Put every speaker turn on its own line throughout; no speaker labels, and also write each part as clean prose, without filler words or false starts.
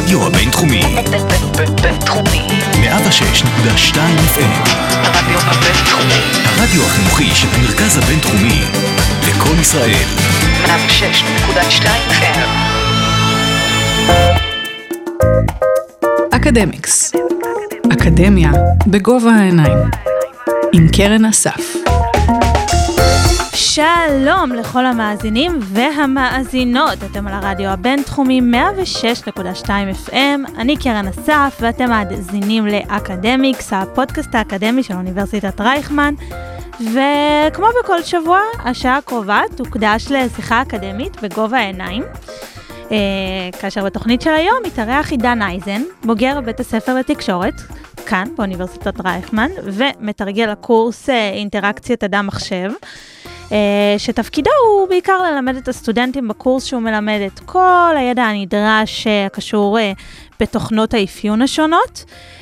הרדיו הבינתחומי. בינתחומי. 106.2 FM. הרדיו הבינתחומי. הרדיו החינוכי של המרכז הבינתחומי. לכל ישראל. 106.2 FM.
אקדמיקס. אקדמיה בגובה העיניים. עם קרן אסף.
שלום לכל המאזינים והמאזינות, אתם על הרדיו הבינתחומי 106.2 FM, אני קרן אסף ואתם מאזינים לאקדמיקס, הפודקאסט האקדמי של אוניברסיטת רייכמן, וכמו בכל שבוע, השעה הקרובה תוקדש לשיחה אקדמית בגובה העיניים, כאשר בתוכנית של היום מתארח עידן אייזן, בוגר בית הספר לתקשורת, כאן באוניברסיטת רייכמן, ומתרגל הקורס אינטראקציית אדם מחשב, שתפקידו הוא בעיקר ללמד את הסטודנטים בקורס שהוא מלמד את כל הידע הנדרש הקשור בתוכנות האפיון השונות.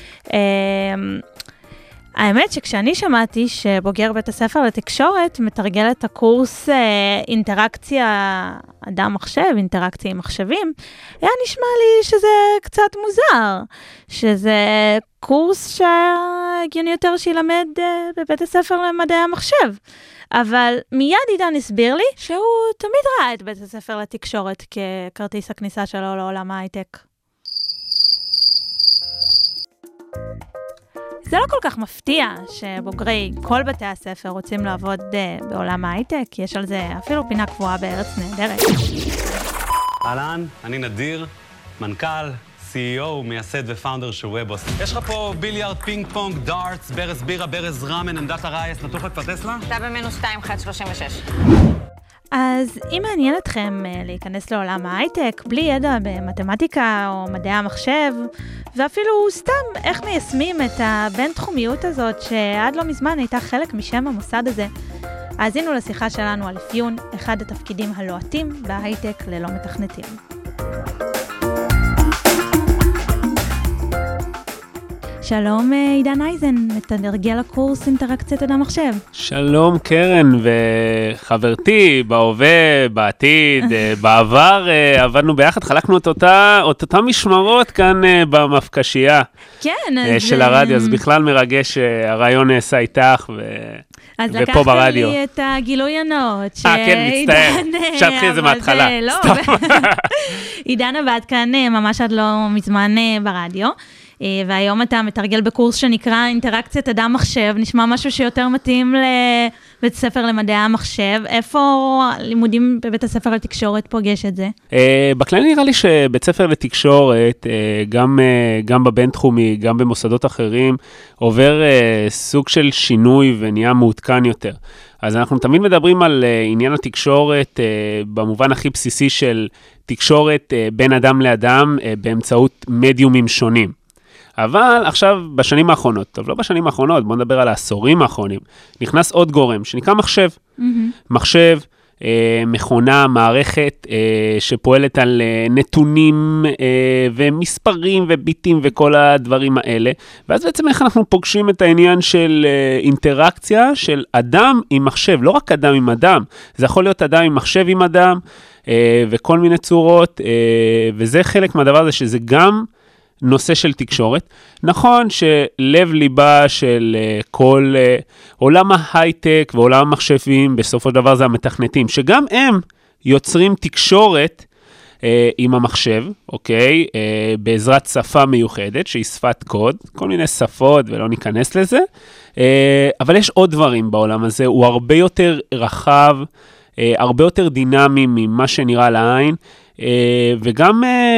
האמת שכשאני שמעתי שבוגר בית הספר לתקשורת מתרגל את הקורס אינטראקציה אדם מחשב, אינטראקציה עם מחשבים, היה נשמע לי שזה קצת מוזר, שזה קורס שהגיוני יותר שילמד בבית הספר למדעי המחשב. אבל מיד עידן הסביר לי שהוא תמיד ראה את בית הספר לתקשורת ככרטיס הכניסה שלו לעולם ההייטק. זה לא כל כך מפתיע שבוגרי כל בתי הספר רוצים לעבוד בעולם ההייטק, יש על זה אפילו פינה קבועה בארץ נהדרת.
אהלן, אני נדיר, מנכ"ל, CEO, מייסד ופאונדר של ובוס. יש לך פה ביליארד, פינג פונג, דארטס, ברז בירה, ברז רמן, עמדת הרייס, נתוך לך טסלה?
אתה במינוס 2, חד 36.
אז אם מעניין אתכם להיכנס לעולם ההייטק, בלי ידע במתמטיקה או מדעי המחשב, ואפילו סתם איך מיישמים את הבינתחומיות הזאת שעד לא מזמן הייתה חלק משם המוסד הזה, האזינו לשיחה שלנו על אפיון, אחד התפקידים הלוהטים בהייטק ללא מתכנתים. שלום עידן אייזן, מתרגל הקורס אינטראקציית אדם מחשב.
שלום קרן וחברתי, בהווה, בעתיד, בעבר עבדנו ביחד, חלקנו את אותה משמרות כאן במפקשייה של הרדיו, אז בכלל מרגש שהרעיון נעשה איתך ופה ברדיו.
אז לקחת לי את הגילוי הנאות.
כן, מצטער, שתחיל את זה מההתחלה.
עידן עבד כאן ממש עד לא מזמן ברדיו. והיום אתה מתרגל בקורס שנקרא אינטראקציית אדם מחשב, נשמע משהו שיותר מתאים לבית ספר למדעי המחשב. איפה לימודים בבית הספר לתקשורת פוגש את זה?
בכלל נראה לי שבית ספר לתקשורת, גם בבינתחומי, גם במוסדות אחרים, עובר סוג של שינוי ונהיה מעודכן יותר. אז אנחנו תמיד מדברים על עניין התקשורת במובן הכי בסיסי של תקשורת בין אדם לאדם באמצעות מדיומים שונים. אבל עכשיו בשנים האחרונות, טוב לא בשנים האחרונות, בוא נדבר על העשורים האחרונים, נכנס עוד גורם שנקרא מחשב. מחשב, מכונה, מערכת שפועלת על נתונים ומספרים וביטים וכל הדברים האלה, ואז בעצם איך אנחנו פוגשים את העניין של אינטראקציה של אדם עם מחשב, לא רק אדם עם אדם, זה יכול להיות אדם עם מחשב עם אדם, וכל מיני צורות, וזה חלק מהדבר הזה שזה גם נושא של תקשורת. נכון שלב ליבה של כל עולם ההייטק ועולם המחשבים, בסופו של דבר זה המתכנתים, שגם הם יוצרים תקשורת עם המחשב, אוקיי? בעזרת שפה מיוחדת, שהיא שפת קוד, כל מיני שפות ולא ניכנס לזה, אבל יש עוד דברים בעולם הזה, הוא הרבה יותר רחב, הרבה יותר דינמי ממה שנראה לעין, וגם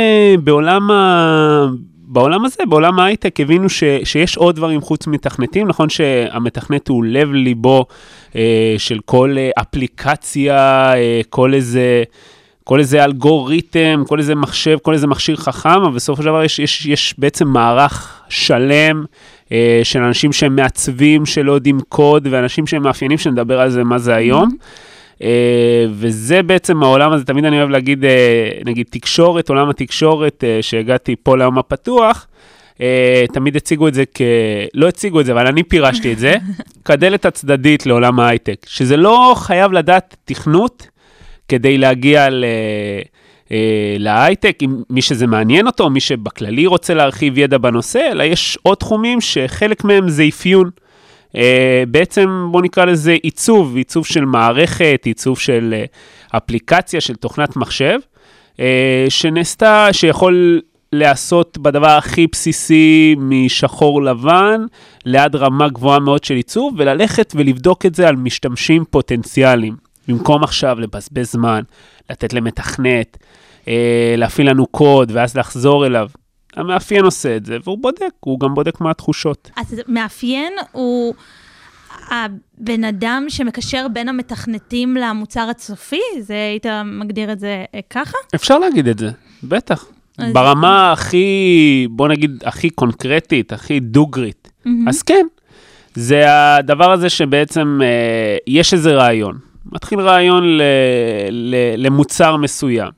בעולם הזה, בעולם ההייטק, הבינו שיש עוד דברים חוץ מתכנתים, נכון שהמתכנת הוא לב ליבו של כל אפליקציה, כל איזה אלגוריתם, כל איזה מחשב, כל איזה מכשיר חכם, אבל בסופו של דבר יש בעצם מערך שלם של אנשים שהם מעצבים, שלא יודעים קוד, ואנשים שהם מאפיינים, שנדבר על זה מה זה היום. וזה בעצם העולם הזה, תמיד אני אוהב להגיד, נגיד תקשורת, עולם התקשורת, שהגעתי פה לעולם הפתוח, תמיד הציגו את זה לא הציגו את זה, אבל אני פירשתי את זה, כדלת הצדדית לעולם ההייטק, שזה לא חייב לדעת תכנות, כדי להגיע להייטק, מי שזה מעניין אותו, מי שבכללי רוצה להרחיב ידע בנושא, אלא יש עוד תחומים שחלק מהם זה אפיון. בעצם בוא נקרא לזה עיצוב של מערכת, עיצוב של אפליקציה, של תוכנת מחשב, שנעשתה, שיכול לעשות בדבר הכי בסיסי משחור לבן, ליד רמה גבוהה מאוד של עיצוב, וללכת ולבדוק את זה על משתמשים פוטנציאליים. במקום עכשיו לבזבז זמן, לתת למתכנת, להפעיל לנו קוד, ואז לחזור אליו. המאפיין עושה את זה, והוא בודק, הוא גם בודק מה התחושות.
אז מאפיין הוא הבן אדם שמקשר בין המתכנתים למוצר הצופי? היית מגדיר את זה ככה?
אפשר להגיד את זה, בטח. ברמה הכי, בוא נגיד, הכי קונקרטית, הכי דוגרית. אז כן, זה הדבר הזה שבעצם יש איזה רעיון. מתחיל רעיון למוצר מסוים.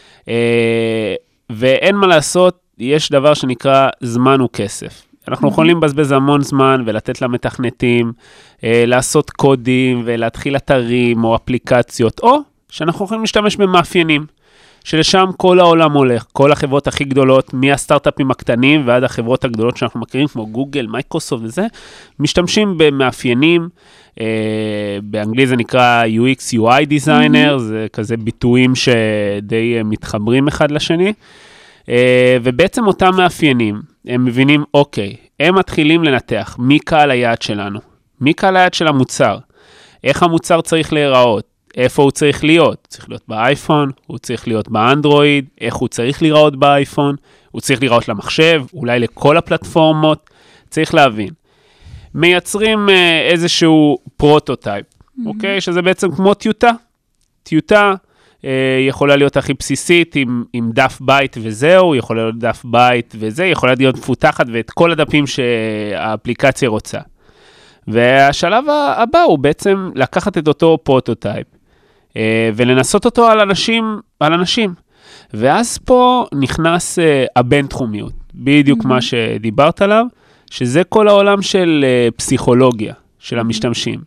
ואין מה לעשות, יש דבר שנקרא זמן וכסף. אנחנו יכולים לבזבז המון זמן ולתת למתכנתים, לעשות קודים ולהתחיל אתרים או אפליקציות, או שאנחנו יכולים להשתמש במאפיינים, שלשם כל העולם הולך, כל החברות הכי גדולות, מהסטארט-אפים הקטנים ועד החברות הגדולות שאנחנו מכירים, כמו גוגל, מייקרוסופט וזה, משתמשים במאפיינים, באנגלית זה נקרא UX, UI designer, זה כזה ביטויים שדי מתחברים אחד לשני, ובעצם אותם מאפיינים, הם מבינים, אוקיי, הם מתחילים לנתח מי קהל היעד שלנו, מי קהל היעד של המוצר, איך המוצר צריך להיראות, איפה הוא צריך להיות? צריך להיות באייפון, הוא צריך להיות באנדרואיד, איך הוא צריך להיראות באייפון, הוא צריך להיראות למחשב, אולי לכל הפלטפורמות, צריך להבין. מייצרים איזשהו פרוטוטייפ, אוקיי? שזה בעצם כמו טיוטה. טיוטה יכולה להיות הכי בסיסית עם דף בית וזהו, יכולה להיות דף בית וזה, יכולה להיות מפותחת ואת כל הדפים שהאפליקציה רוצה. והשלב הבא הוא בעצם לקחת את אותו פרוטוטייפ, ולנסות אותו על אנשים. ואז פה נכנס הבינתחומיות, בדיוק מה שדיברת עליו, שזה כל העולם של פסיכולוגיה, של המשתמשים.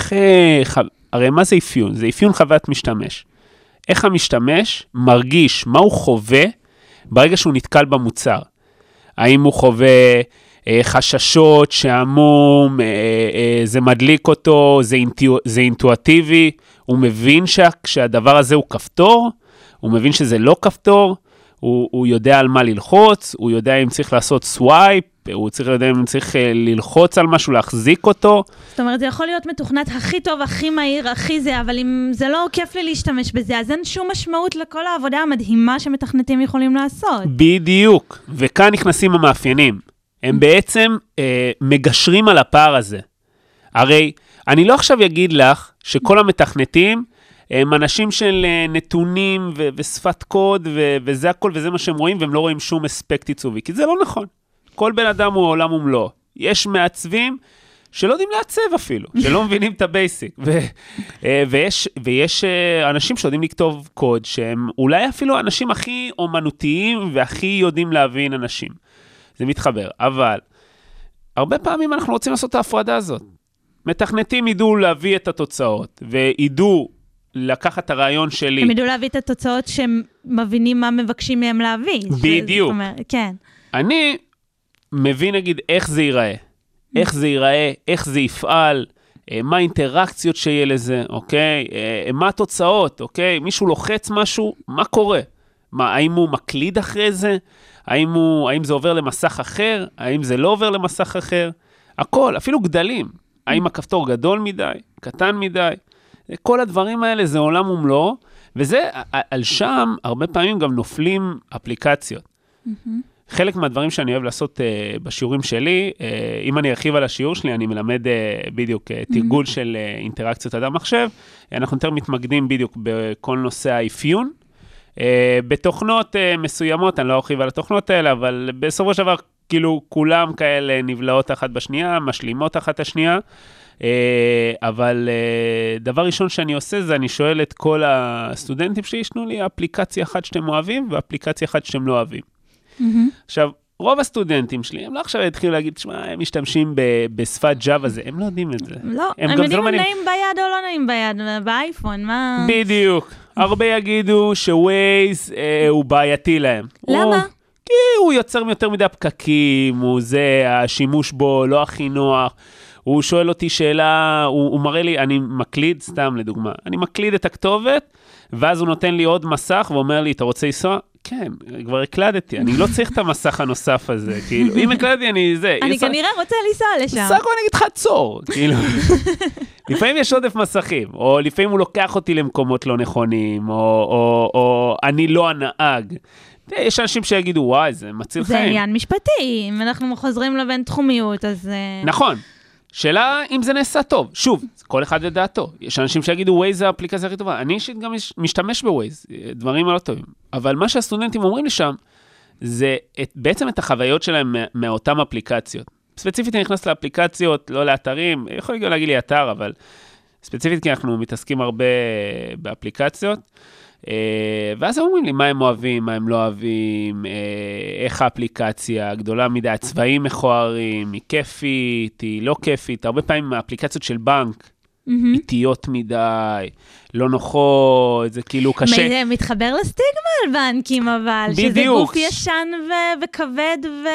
הרי מה זה אפיון? זה אפיון חוויית משתמש. איך המשתמש מרגיש, מה הוא חווה ברגע שהוא נתקל במוצר. האם הוא חווה חששות, שעמום, זה מדליק אותו, זה אינטואטיבי, הוא מבין שהדבר הזה הוא כפתור, הוא מבין שזה לא כפתור, הוא יודע על מה ללחוץ, הוא יודע אם צריך לעשות סווייפ, הוא יודע אם צריך ללחוץ על משהו, להחזיק אותו.
זאת אומרת, זה יכול להיות מתוכנת הכי טוב, הכי מהיר, הכי זה, אבל אם זה לא כיף לי להשתמש בזה, אז אין שום משמעות לכל העבודה המדהימה שמתכנתים יכולים לעשות.
בדיוק, וכאן נכנסים המאפיינים. הם בעצם מגשרים על הפער הזה. הרי אני לא עכשיו אגיד לך שכל המתכנתים הם אנשים של נתונים ושפת קוד וזה הכל וזה מה שהם רואים והם לא רואים שום אספקט עיצובי, כי זה לא נכון. כל בן אדם הוא עולם ומלואו. יש מעצבים שלא יודעים לעצב אפילו, שלא מבינים את הבייסיק. ויש אנשים שיודעים לכתוב קוד שהם אולי אפילו האנשים הכי אומנותיים והכי יודעים להבין אנשים. זה מתחבר, אבל הרבה פעמים אנחנו רוצים לעשות את ההפרדה הזאת. מתכנתים ידעו להביא את התוצאות, וידעו לקחת את הרעיון שלי.
הם ידעו להביא את התוצאות שהם מבינים מה מבקשים מהם להביא.
בדיוק.
כן.
אני מבין, נגיד, איך זה ייראה. איך זה ייראה, איך זה יפעל, מה האינטראקציות שיהיה לזה, אוקיי? מה התוצאות, אוקיי? מישהו לוחץ משהו, מה קורה? האם הוא מקליד אחרי זה? האם זה עובר למסך אחר? האם זה לא עובר למסך אחר? הכל, אפילו גדלים. האם הכפתור גדול מדי? קטן מדי? כל הדברים האלה זה עולם ומלואו, וזה, על שם, הרבה פעמים גם נופלים אפליקציות. חלק מהדברים שאני אוהב לעשות בשיעורים שלי, אם אני ארחיב על השיעור שלי, אני מלמד בדיוק תרגול של אינטראקציות אדם-מחשב, אנחנו יותר מתמקדים בדיוק בכל נושא האפיון, בתוכנות מסוימות, אני לא ארחיב על התוכנות האלה, אבל בסופו של דבר, כאילו, כולם כאלה נבלעות אחת בשנייה, משלימות אחת השנייה, אבל דבר ראשון שאני עושה, זה אני שואל את כל הסטודנטים שישנו לי, אפליקציה אחת שאתם אוהבים, ואפליקציה אחת שאתם לא אוהבים. עכשיו, רוב הסטודנטים שלי, הם לא עכשיו התחילו להגיד, שמה, הם משתמשים בשפת ג'אווה הזה, הם לא יודעים את זה.
לא, הם יודעים אם נעים ביד או לא נעים ביד, באייפון, מה...
בדיוק. הרבה יגידו שווייז הוא בעייתי להם.
למה?
כי הוא יוצר יותר מדי פקקים, הוא זה, השימוש בו לא הכי נוח. הוא שואל אותי שאלה, הוא מראה לי, אני מקליד, סתם לדוגמה, אני מקליד את הכתובת, ואז הוא נותן לי עוד מסך, ואומר לי, אתה רוצה לנסוע? כן, כבר הקלדתי, אני לא צריך את המסך הנוסף הזה, כאילו, אם הקלדתי, אני זה.
אני כנראה רוצה לנסוע לשם.
סך הכל אני אגיד לך עצור, כאילו. לפעמים יש עודף מסכים, או לפעמים הוא לוקח אותי למקומות לא נכונים, או אני לא הנהג. יש אנשים שיגידו, וואי, זה מציל חיים.
זה עניין משפטי, אם אנחנו חוזרים לבין תחומיות, אז...
נכון. שאלה אם זה נעשה טוב. שוב, כל אחד לדעתו. יש אנשים שיגידו, ווייז זה האפליקציה הכי טובה. אני אישית גם משתמש בווייז, דברים לא טובים. אבל מה שהסטודנטים אומרים לי שם, זה בעצם את החוויות שלהם מאותן אפליקציות. ספציפית אני נכנס לאפליקציות, לא לאתרים, יכול גם להגיד לי אתר, אבל ספציפית כי אנחנו מתעסקים הרבה באפליקציות. ואז הם אומרים לי מה הם אוהבים, מה הם לא אוהבים, איך האפליקציה גדולה מדי, הצבעים מכוערים, היא כיפית, היא לא כיפית, הרבה פעמים האפליקציות של בנק, איטיות מדי, לא נוחות, זה כאילו קשה.
זה מתחבר לסטיגמה על בנקים אבל, שזה גוף ישן וכבד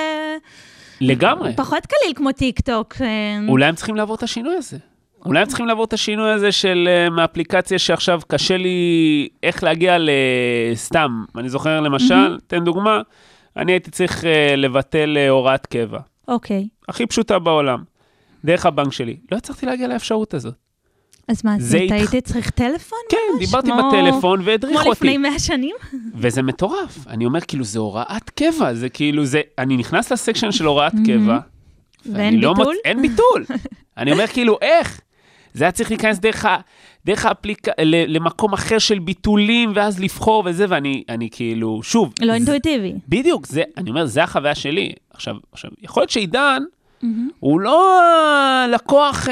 לגמרי.
פחות קליל כמו טיק טוק.
אולי הם צריכים לעבור את השינוי הזה. אולי הם צריכים לעבור את השינוי הזה של מאפליקציה שעכשיו קשה לי איך להגיע לסתם. אני זוכר למשל, תן דוגמה, אני הייתי צריך לבטל הוראת קבע.
אוקיי.
הכי פשוטה בעולם. דרך הבנק שלי. לא הצלחתי להגיע לאפשרות הזאת.
אז מה, אתה הייתי צריך טלפון?
כן, דיברתי בטלפון והדריך אותי.
כמו לפני 100 שנים?
וזה מטורף. אני אומר, כאילו, זה הוראת קבע. זה כאילו, אני נכנס לסקשן של הוראת קבע.
ואין ביטול?
אין ביטול. אני אומר, כאילו, איך? זה היה צריך להיכנס דרך למקום אחר של ביטולים, ואז לבחור וזה, ואני כאילו, שוב.
לא אינטואיטיבי.
בדיוק, אני אומר, זה החוויה שלי. עכשיו, יכול להיות שעידן, הוא לא לקוח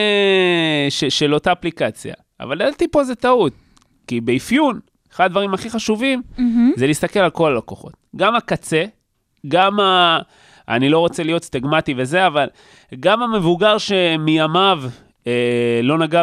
של אותה אפליקציה, אבל לדעתי פה זה טעות, כי באפיון, אחד הדברים הכי חשובים, זה להסתכל על כל הלקוחות. גם הקצה, גם אני לא רוצה להיות סטגמטי וזה, אבל גם המבוגר שמיימיו, לא נגע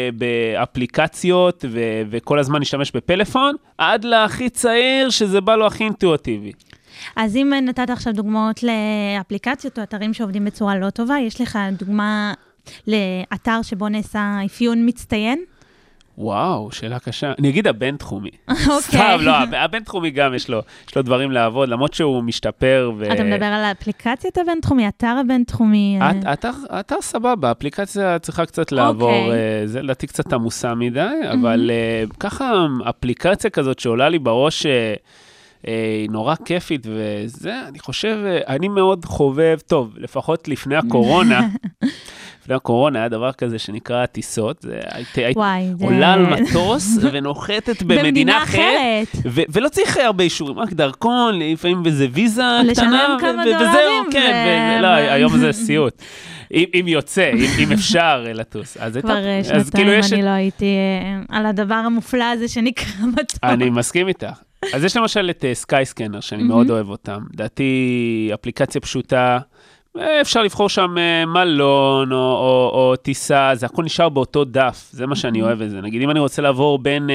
באפליקציות וכל הזמן נשתמש בפלאפון, עד להכי צעיר שזה בא לו הכי אינטואיטיבי.
אז אם נתת עכשיו דוגמאות לאפליקציות או אתרים שעובדים בצורה לא טובה, יש לך דוגמה לאתר שבו נעשה אפיון מצטיין?
וואו, שאלה קשה. אני אגיד הבינתחומי.
אוקיי.
סתם, לא, הבינתחומי גם יש לו דברים לעבוד, למרות שהוא משתפר.
אתה מדבר על האפליקציית הבינתחומי, אתר הבינתחומי?
אתר סבבה, האפליקציה צריכה קצת לעבור, זה לדעתי קצת עמוסה מדי, אבל ככה אפליקציה כזאת שעולה לי בראש, היא נורא כיפית, וזה, אני חושב, אני מאוד חובב, טוב, לפחות לפני הקורונה, לפני הקורונה היה דבר כזה שנקרא טיסות, עולה על מטוס ונוחתת במדינה אחרת, ולא צריך הרבה אישורים, רק דרכון, לפעמים וזה ויזה קטנה, וזהו, כן, לא, היום זה סיוט. אם יוצא, אם אפשר לטוס.
כבר שנתיים אני לא הייתי על הדבר המופלא הזה שנקרא מטוס.
אני מסכים איתך. אז יש למשל את סקייסקנר, שאני מאוד אוהב אותם. דעתי, אפליקציה פשוטה, אפשר לבחור שם מלון או טיסה, זה הכל נשאר באותו דף, זה מה שאני אוהב את זה. נגיד, אם אני רוצה לעבור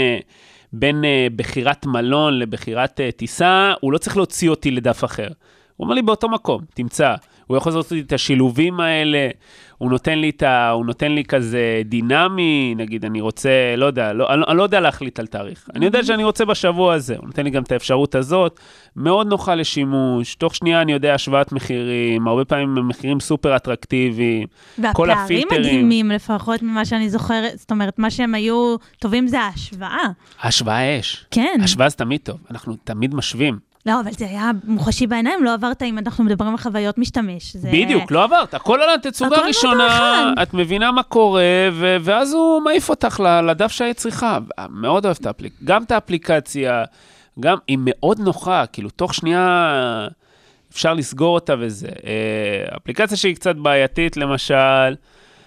בין בחירת מלון לבחירת טיסה, הוא לא צריך להוציא אותי לדף אחר. הוא אומר לי באותו מקום, תמצא. הוא יכול לעשות את השילובים האלה, הוא נותן לי כזה דינמי, נגיד, אני רוצה, לא יודע, אני לא יודע להחליט על תאריך. אני יודע שאני רוצה בשבוע הזה, הוא נותן לי גם את האפשרות הזאת, מאוד נוחה לשימוש, תוך שנייה אני יודע השוואת מחירים, הרבה פעמים מחירים סופר אטרקטיביים, כל הפילטרים.
והפערים מדהימים לפחות ממה שאני זוכרת, זאת אומרת, מה שהם היו טובים זה ההשוואה.
ההשוואה יש.
כן.
ההשוואה זה תמיד טוב, אנחנו תמיד משווים.
לא, אבל זה היה מוחשי בעיניים, לא עברת אם אנחנו מדברים על חוויות משתמש.
בדיוק, לא עברת. הכל על התצוגה הראשונה, את מבינה מה קורה, ואז הוא מעיף אותך לדף שהיית צריכה. מאוד אוהב את האפליקציה. גם את האפליקציה, גם היא מאוד נוחה, כאילו תוך שנייה אפשר לסגור אותה וזה. אפליקציה שהיא קצת בעייתית, למשל,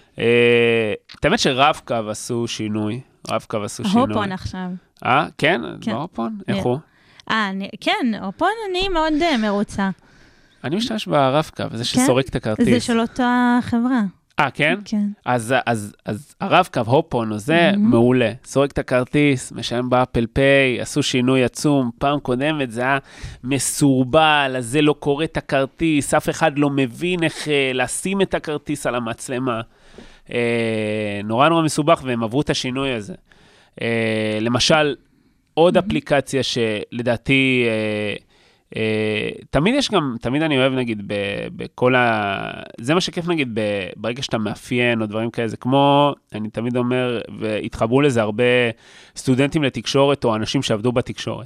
האמת שרב-קו עשו שינוי. רב-קו עשו שינוי.
הופון עכשיו.
כן? לא הופון? איך הוא?
כן, אופון אני מאוד מרוצה.
אני משתמש ברב-קו, זה שסורק את הכרטיס.
זה של אותה חברה.
כן?
כן.
אז הרב-קו, הופון, זה מעולה. סורק את הכרטיס, משלם באפל פיי, עשו שינוי עצום, פעם קודמת זה היה מסורבל, אז זה לא קורא את הכרטיס, אף אחד לא מבין איך לשים את הכרטיס על המצלמה. נורא מסובך, והם עברו את השינוי הזה. למשל, עוד אפליקציה שלדעתי, תמיד אני אוהב, נגיד, בכל זה מה שכיף, נגיד, ברגע שאתה מאפיין או דברים כאלה, זה כמו, אני תמיד אומר, והתחברו לזה הרבה סטודנטים לתקשורת או אנשים שעבדו בתקשורת,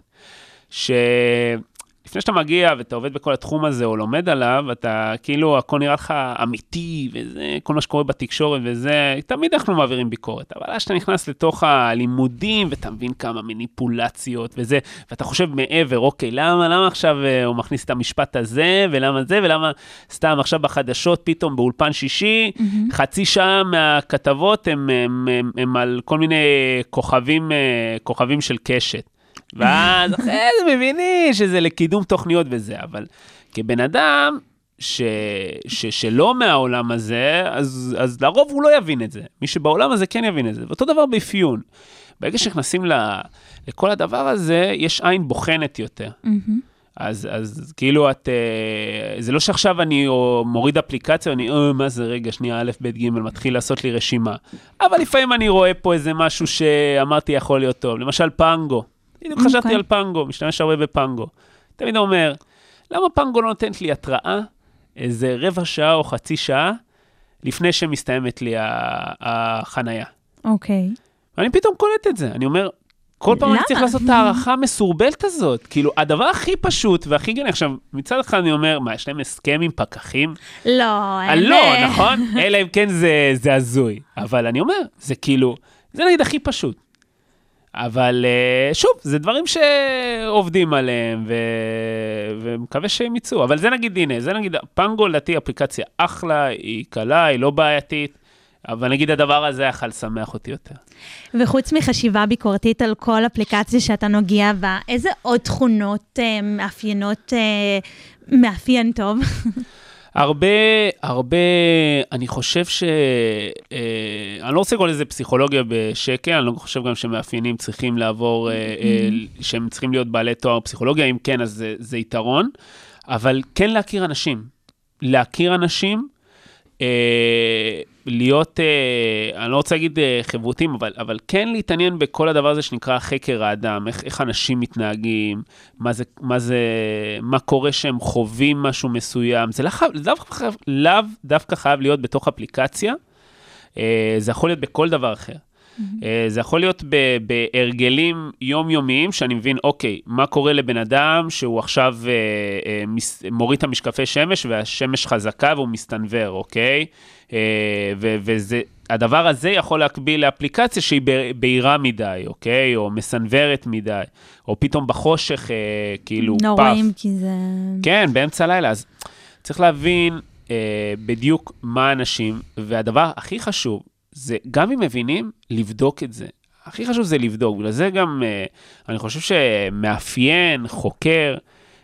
לפני שאתה מגיע ואתה עובד בכל התחום הזה או לומד עליו, אתה כאילו, הכל נראה לך אמיתי, וזה, כל מה שקורה בתקשורת וזה, תמיד אנחנו מעבירים ביקורת, אבל כשאתה נכנס לתוך הלימודים, ואתה מבין כמה מניפולציות וזה, ואתה חושב מעבר, אוקיי, למה עכשיו הוא מכניס את המשפט הזה, ולמה זה, ולמה סתם עכשיו בחדשות, פתאום באולפן שישי, חצי שעה מהכתבות הם על כל מיני כוכבים של קשת. ואז אחרי זה מביני שזה לקידום תוכניות וזה, אבל כבן אדם שלא מהעולם הזה, אז לרוב הוא לא יבין את זה. מי שבעולם הזה כן יבין את זה. ואותו דבר באפיון. ברגע שנכנסים לכל הדבר הזה, יש עין בוחנת יותר. אז כאילו זה לא שעכשיו אני מוריד אפליקציה, ואני, מה זה רגע, שנייה, א', ב', ג', מתחיל לעשות לי רשימה. אבל לפעמים אני רואה פה איזה משהו שאמרתי יכול להיות טוב. למשל פנגו. בדיוק חשבתי על פנגו, משתמש הרבה בפנגו. תמיד אומר, למה פנגו לא נותנת לי התראה, איזה רבע שעה או חצי שעה, לפני שמסתיימת לי החנייה.
אוקיי.
ואני פתאום קולט את זה. אני אומר, כל פעם אני צריך לעשות את הערכה המסורבלת הזאת. כאילו, הדבר הכי פשוט והכי גני. עכשיו, מצד אחד אני אומר, מה, יש להם הסכם עם פקחים?
לא,
לא, נכון? אלא אם כן זה הזוי. אבל אני אומר, זה כאילו, זה נגיד הכי פשוט. אבל שוב, זה דברים שעובדים עליהם, ומקווה שהם יצאו. אבל זה נגיד, הנה, זה נגיד, פנגו לדעתי אפליקציה אחלה, היא קלה, היא לא בעייתית, אבל נגיד הדבר הזה יכול לשמח אותי יותר.
וחוץ מחשיבה ביקורתית על כל אפליקציה שאתה נוגע בה, איזה עוד תכונות מאפיין טוב? הרבה, אני חושב אני לא רוצה לקרוא לזה פסיכולוגיה בשקל, אני לא חושב גם שמאפיינים צריכים לעבור, שהם צריכים להיות בעלי תואר פסיכולוגיה, אם כן, אז זה יתרון, אבל כן להכיר אנשים, להיות, אני לא רוצה להגיד חברותים, אבל כן להתעניין בכל הדבר הזה שנקרא חקר האדם, איך אנשים מתנהגים, מה קורה שהם חווים משהו מסוים, זה לאו דווקא חייב להיות בתוך אפליקציה, זה יכול להיות בכל דבר אחר. זה יכול להיות בהרגלים יומיומיים, שאני מבין, אוקיי, מה קורה לבן אדם שהוא עכשיו מוריד את המשקפי שמש, והשמש חזקה והוא מסתנבר, אוקיי? והדבר הזה יכול להקביל לאפליקציה שהיא בהירה מדי, אוקיי? או מסנברת מדי, או פתאום בחושך, כאילו, פאף. נוראים, כי זה...
כן, באמצע הלילה. אז צריך להבין בדיוק מה האנשים, והדבר הכי חשוב, זה גם אם מבינים, לבדוק את זה. הכי חשוב זה לבדוק, בגלל זה גם, אני חושב שמאפיין, חוקר,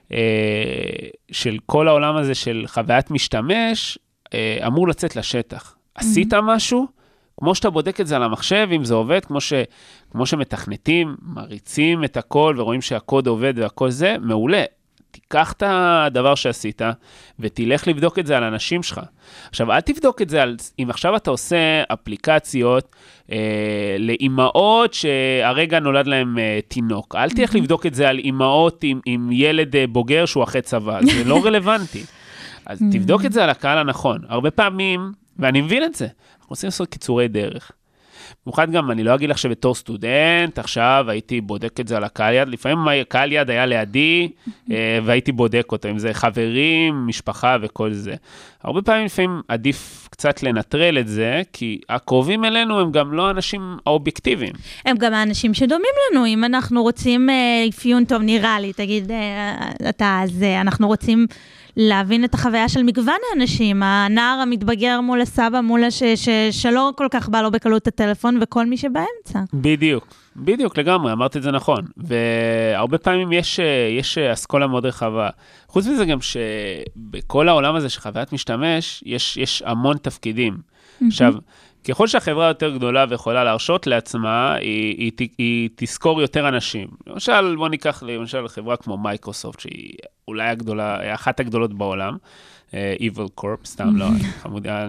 של כל העולם הזה של חוויית משתמש, אמור לצאת לשטח. עשית משהו, כמו שאתה בודק את זה על המחשב, אם זה עובד, כמו שמתכנתים, מריצים את הכל, ורואים שהקוד עובד והכל זה, מעולה. תיקח את הדבר שעשית, ותלך לבדוק את זה על אנשים שלך. עכשיו, אל תבדוק את זה אם עכשיו אתה עושה אפליקציות לאמאות שהרגע נולד להם תינוק. אל תלך לבדוק את זה על אמאות עם ילד בוגר שהוא אחרי צבא. זה לא רלוונטי. אז תבדוק את זה על הקהל הנכון. הרבה פעמים, ואני מבין את זה, אנחנו רוצים לעשות קיצורי דרך. במיוחד גם, אני לא אגיד לך שבתור סטודנט, עכשיו הייתי בודק את זה על הקהל יד, לפעמים הקהל יד היה לידי, והייתי בודק אותו, אם זה חברים, משפחה וכל זה. הרבה פעמים לפעמים עדיף קצת לנטרל את זה, כי הקרובים אלינו הם גם לא האנשים האובייקטיביים. הם
גם האנשים שדומים לנו, אם אנחנו רוצים אפיון טוב, נראה לי, תגיד, אז אנחנו רוצים להבין את החוויה של מגוון האנשים, הנער המתבגר מול הסבא, מול שלא כל כך בא לו בקלות הטלפון, וכל מי שבאמצע.
בדיוק לגמרי, אמרת את זה נכון. והרבה פעמים יש אסכולה מאוד רחבה. חוץ מזה גם שבכל העולם הזה שחוויית משתמש, יש המון תפקידים. עכשיו, ככל שהחברה יותר גדולה ויכולה להרשות לעצמה, היא תזכור יותר אנשים. למשל, בוא ניקח למשל חברה כמו מייקרוסופט, שהיא אולי הגדולה, אחת הגדולות בעולם, Evil Corp, סתם לא, חמודיה,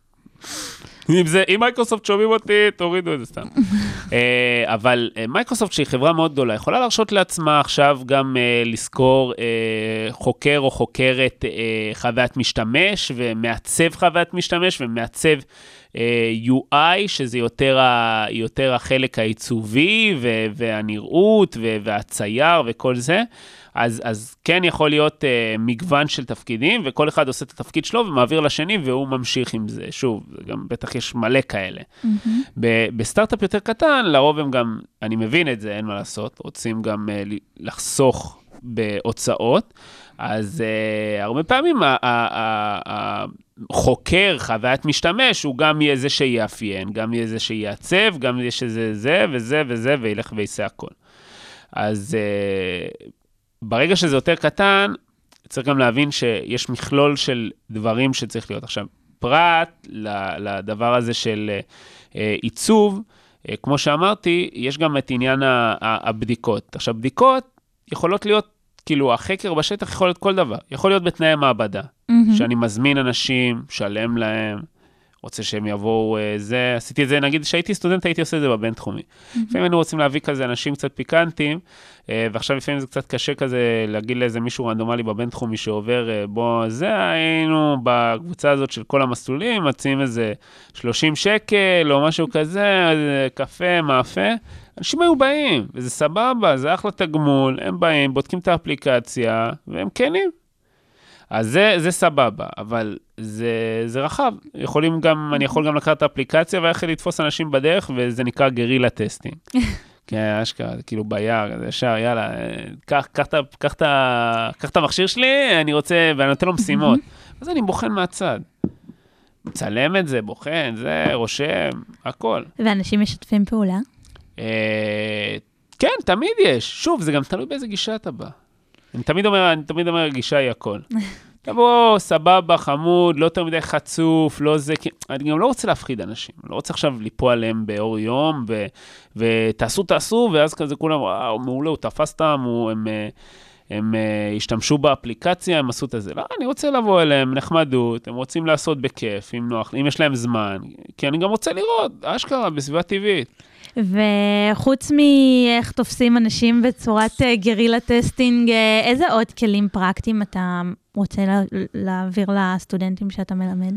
אם מייקרוסופט שומעים אותי, תורידו את זה סתם. אבל מייקרוסופט, שהיא חברה מאוד גדולה, יכולה להרשות לעצמה עכשיו גם לזכור חוקר או חוקרת חוויית משתמש, ומעצב חוויית משתמש, ומעצב UI, שזה יותר החלק העיצובי, והנראות, והצייר, וכל זה. אז כן יכול להיות מגוון של תפקידים, וכל אחד עושה את התפקיד שלו, ומעביר לשני, והוא ממשיך עם זה. שוב, גם בטח יש מלא כאלה. בסטארט-אפ יותר קטן, לרוב הם גם, אני מבין את זה, אין מה לעשות, רוצים גם לחסוך בהוצאות, אז הרבה פעמים החוקר, חוויית משתמש, הוא גם יהיה זה שיאפיין, גם יהיה זה שיעצב, גם יהיה שזה זה וזה וזה, וילך ויעשה הכל. אז ברגע שזה יותר קטן, צריך גם להבין שיש מכלול של דברים שצריך להיות. עכשיו, פרט לדבר הזה של עיצוב, כמו שאמרתי, יש גם את עניין הבדיקות. עכשיו, בדיקות יכולות להיות, כאילו, החקר בשטח יכול להיות כל דבר. יכול להיות בתנאי מעבדה, שאני מזמין אנשים, שלם להם, רוצה שהם יבואו זה, עשיתי את זה, נגיד שהייתי סטודנט, הייתי עושה את זה בבין-תחומי. לפעמים היינו רוצים להביא כזה אנשים קצת פיקנטים, ועכשיו לפעמים זה קצת קשה כזה להגיד לאיזה מישהו רנדומלי בבין-תחומי שעובר, זה היינו בקבוצה הזאת של כל המסלולים, מציעים איזה 30 שקל או משהו כזה, קפה, מאפה, אנשים היו באים, וזה סבבה, זה אחלה תגמול, הם באים, בודקים את האפליקציה, והם כנים. אז זה סבבה, אבל זה רחב. אני יכול גם לקחת את האפליקציה, ואחרי לתפוס אנשים בדרך, וזה נקרא גרילה טסטינג. כן, אשכרה, כאילו ביער, זה ישר, יאללה, קח את המכשיר שלי, אני רוצה, ואני נותן לו משימות. אז אני בוחן מהצד. מצלם את זה, בוחן, זה, רושם, הכל.
ואנשים משתפים פעולה?
כן, תמיד יש. שוב, זה גם תלוי באיזה גישה אתה בא. אני תמיד אומר, גישה היא הכל. תבוא, סבבה, חמוד, לא יותר מדי חצוף, לא זה, אני גם לא רוצה להפחיד אנשים, לא רוצה עכשיו ליפול עליהם באור יום, ותעשו, ואז כזה כולם, וואו, מעולה, הוא תפס אותם, הם השתמשו באפליקציה, הם עשו את זה. לא, אני רוצה לבוא אליהם, נחמדות, הם רוצים לעשות בכיף, אם נוח, אם יש להם זמן, כי אני גם רוצה לראות, אשכרה, בסביבה טבעית.
וחוץ מאיך תופסים אנשים בצורת גרילה טסטינג, איזה עוד כלים פרקטיים אתה רוצה להעביר לסטודנטים שאתה מלמד?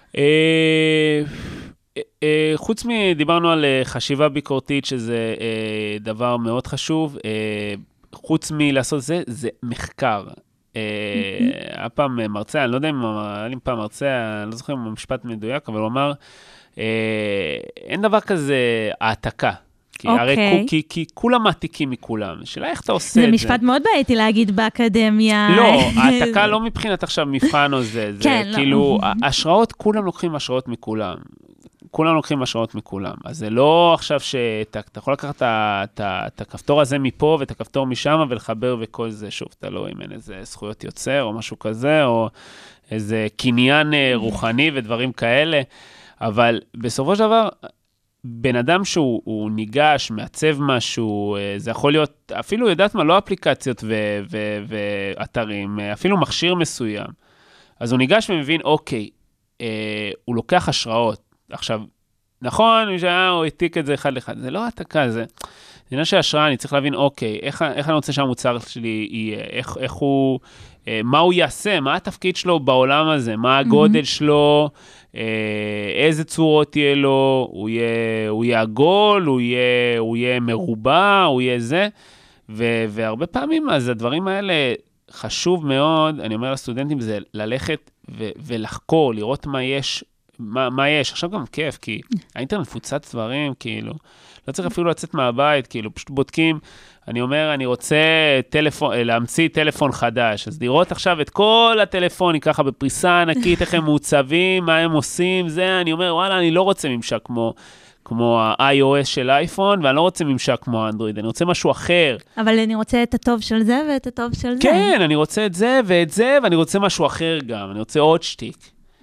חוץ דיברנו על חשיבה ביקורתית, שזה דבר מאוד חשוב. חוץ מלעשות זה מחקר. הפעם מרצה, אני לא יודע אם היה לי פעם מרצה, אני לא זוכר אם המשפט מדויק, אבל הוא אמר, אין דבר כזה העתקה. כי כולם מעתיקים מכולם. שאלה איך אתה עושה את זה.
זה משפט מאוד בעייתי להגיד באקדמיה.
לא, העתקה לא מבחינת עכשיו מבחן או זה. זה כאילו, השראות, כולם לוקחים השראות מכולם. כולם לוקחים השראות מכולם. אז זה לא עכשיו שאתה יכול לקחת את הכפתור הזה מפה ואת הכפתור משם ולחבר וכל זה. שוב, אתה לא אם אין איזה זכויות יוצר או משהו כזה, או איזה קניין רוחני ודברים כאלה. אבל בסופו של דבר, בן אדם שהוא ניגש, מעצב משהו, זה יכול להיות, אפילו יודעת מה, לא אפליקציות ואתרים, אפילו מכשיר מסוים. אז הוא ניגש ומבין, אוקיי, הוא לוקח השראות. עכשיו, נכון, הוא העתיק את זה אחד לאחד, זה לא העתקה, זה עניין של השראה, אני צריך להבין, אוקיי, איך אני רוצה שהמוצר שלי יהיה, איך הוא, מה הוא יעשה, מה התפקיד שלו בעולם הזה, מה הגודל שלו, איזה צורות יהיה לו, הוא יהיה עגול, הוא יהיה מרובע, הוא יהיה זה, והרבה פעמים, אז הדברים האלה חשוב מאוד, אני אומר לסטודנטים, זה ללכת ולחקור, לראות מה יש. עכשיו גם כיף, כי האינטרנט מפוצץ דברים, כאילו, לא צריך אפילו לצאת מהבית, כאילו, פשוט בודקים, אני אומר, אני רוצה להמציא טלפון חדש, אז לראות עכשיו את כל הטלפונים, ככה בפריסה ענקית, איך הם מעוצבים, מה הם עושים, זה, אני אומר, וואלה, אני לא רוצה ממשק כמו ה-iOS של אייפון, ואני לא רוצה ממשק כמו האנדרואיד, אני רוצה משהו אחר.
אבל אני רוצה את הטוב של זה ואת הטוב של זה.
כן, אני רוצה את זה ואת זה, ואני רוצה משהו אחר גם, אני רוצה עוד שטיק.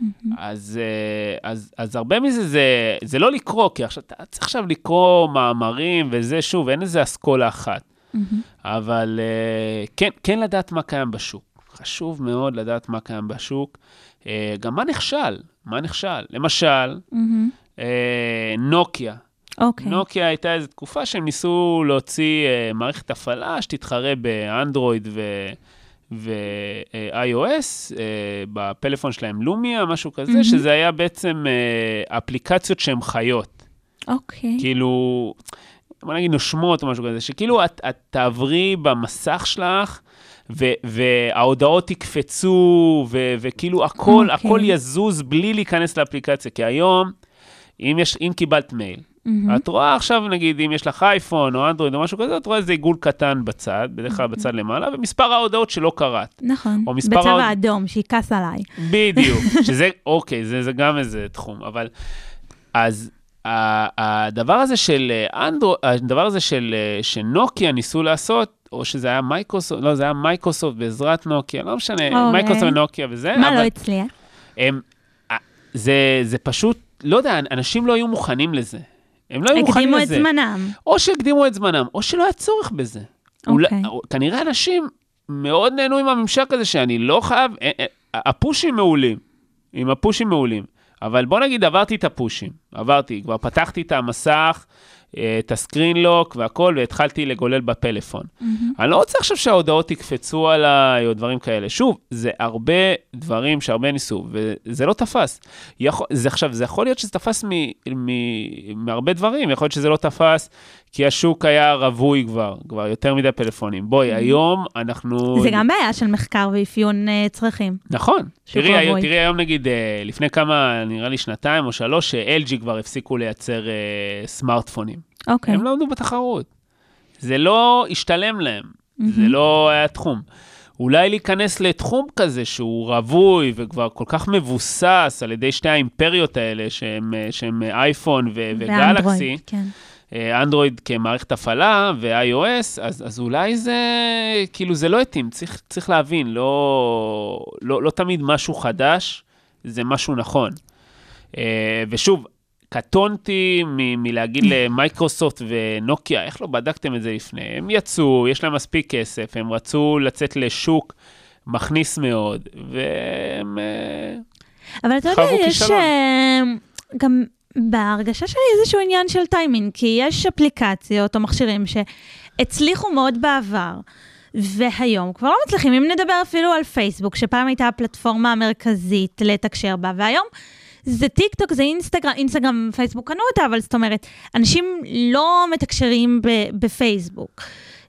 אז הרבה מזה זה לא לקרוא, כי עכשיו, אתה צריך עכשיו לקרוא מאמרים וזה, שוב, אין איזה אסכולה אחת. אבל כן לדעת מה קיים בשוק. חשוב מאוד לדעת מה קיים בשוק. גם מה נכשל. למשל, נוקיה. נוקיה הייתה איזו תקופה שהם ניסו להוציא מערכת הפעלה שתתחרה באנדרואיד ו-iOS, בפלאפון שלהם לומיה, משהו כזה, שזה היה בעצם אפליקציות שהן חיות. כאילו, בוא נגיד נושמות או משהו כזה, שכאילו את תעברי במסך שלך, וההודעות יקפצו, וכאילו הכל יזוז בלי להיכנס לאפליקציה, כי היום, אם קיבלת מייל, את רואה עכשיו, נגיד, אם יש לך אייפון או אנדרואיד או משהו כזה, את רואה איזה עיגול קטן בצד, בדרך כלל בצד למעלה, ומספר ההודעות שלא קראת.
נכון, בצבע אדום, שיקס עליי.
בדיוק, שזה, אוקיי, זה גם איזה תחום, אבל, אז הדבר הזה של נוקיה ניסו לעשות, או שזה היה מייקרוסופט, לא, זה היה מייקרוסופט בעזרת נוקיה, לא משנה, מייקרוסופט ונוקיה וזה.
מה לא הצליח?
זה פשוט, לא יודע, אנשים לא היו מוכנים לזה. הם לא היו מוכנים לזה.
הקדימו את זמנם.
או שהקדימו את זמנם, או שלא היה צורך בזה. כנראה אנשים מאוד נהנו עם הממשק הזה, שאני לא חייב, הפושים מעולים. אבל בוא נגיד, עברתי את הפושים. כבר פתחתי את המסך, את הסקרינלוק והכל, והתחלתי לגולל בפלאפון. אני לא רוצה עכשיו שההודעות יקפצו עליי, או דברים כאלה. שוב, זה הרבה דברים שהרבה ניסו, וזה לא תפס. זה יכול להיות שזה תפס מהרבה דברים, יכול להיות שזה לא תפס, כי השוק היה רווי כבר יותר מדי פלאפונים. בואי, היום אנחנו...
זה גם בעיה של מחקר ואפיון צרכים.
נכון. תראי היום נגיד, לפני כמה, נראה לי 2 או 3, LG כבר הפסיקו לייצר סמארטפונים. הם לא עמדו בתחרות. זה לא השתלם להם. זה לא היה תחום. אולי להיכנס לתחום כזה שהוא רווי וכבר כל כך מבוסס על ידי שתי האימפריות האלה, שהם אייפון וגלקסי. כן. אנדרואיד כמערכת הפעלה ו-iOS, אז אולי זה, כאילו זה לא התאים, צריך להבין, לא תמיד משהו חדש, זה משהו נכון. ושוב, קטונתי מלהגיד למייקרוסופט ונוקיה, איך לא בדקתם את זה לפני? הם יצאו, יש להם מספיק כסף, הם רצו לצאת לשוק מכניס מאוד, והם
אבל אתה יודע, יש גם... בהרגשה שלי איזשהו עניין של טיימינג, כי יש אפליקציות או מכשירים שהצליחו מאוד בעבר, והיום כבר לא מצליחים. אם נדבר אפילו על פייסבוק, שפעם הייתה הפלטפורמה המרכזית לתקשר בה, והיום זה טיק טוק, זה אינסטגרם, פייסבוק קנו אותה, אבל זאת אומרת, אנשים לא מתקשרים בפייסבוק.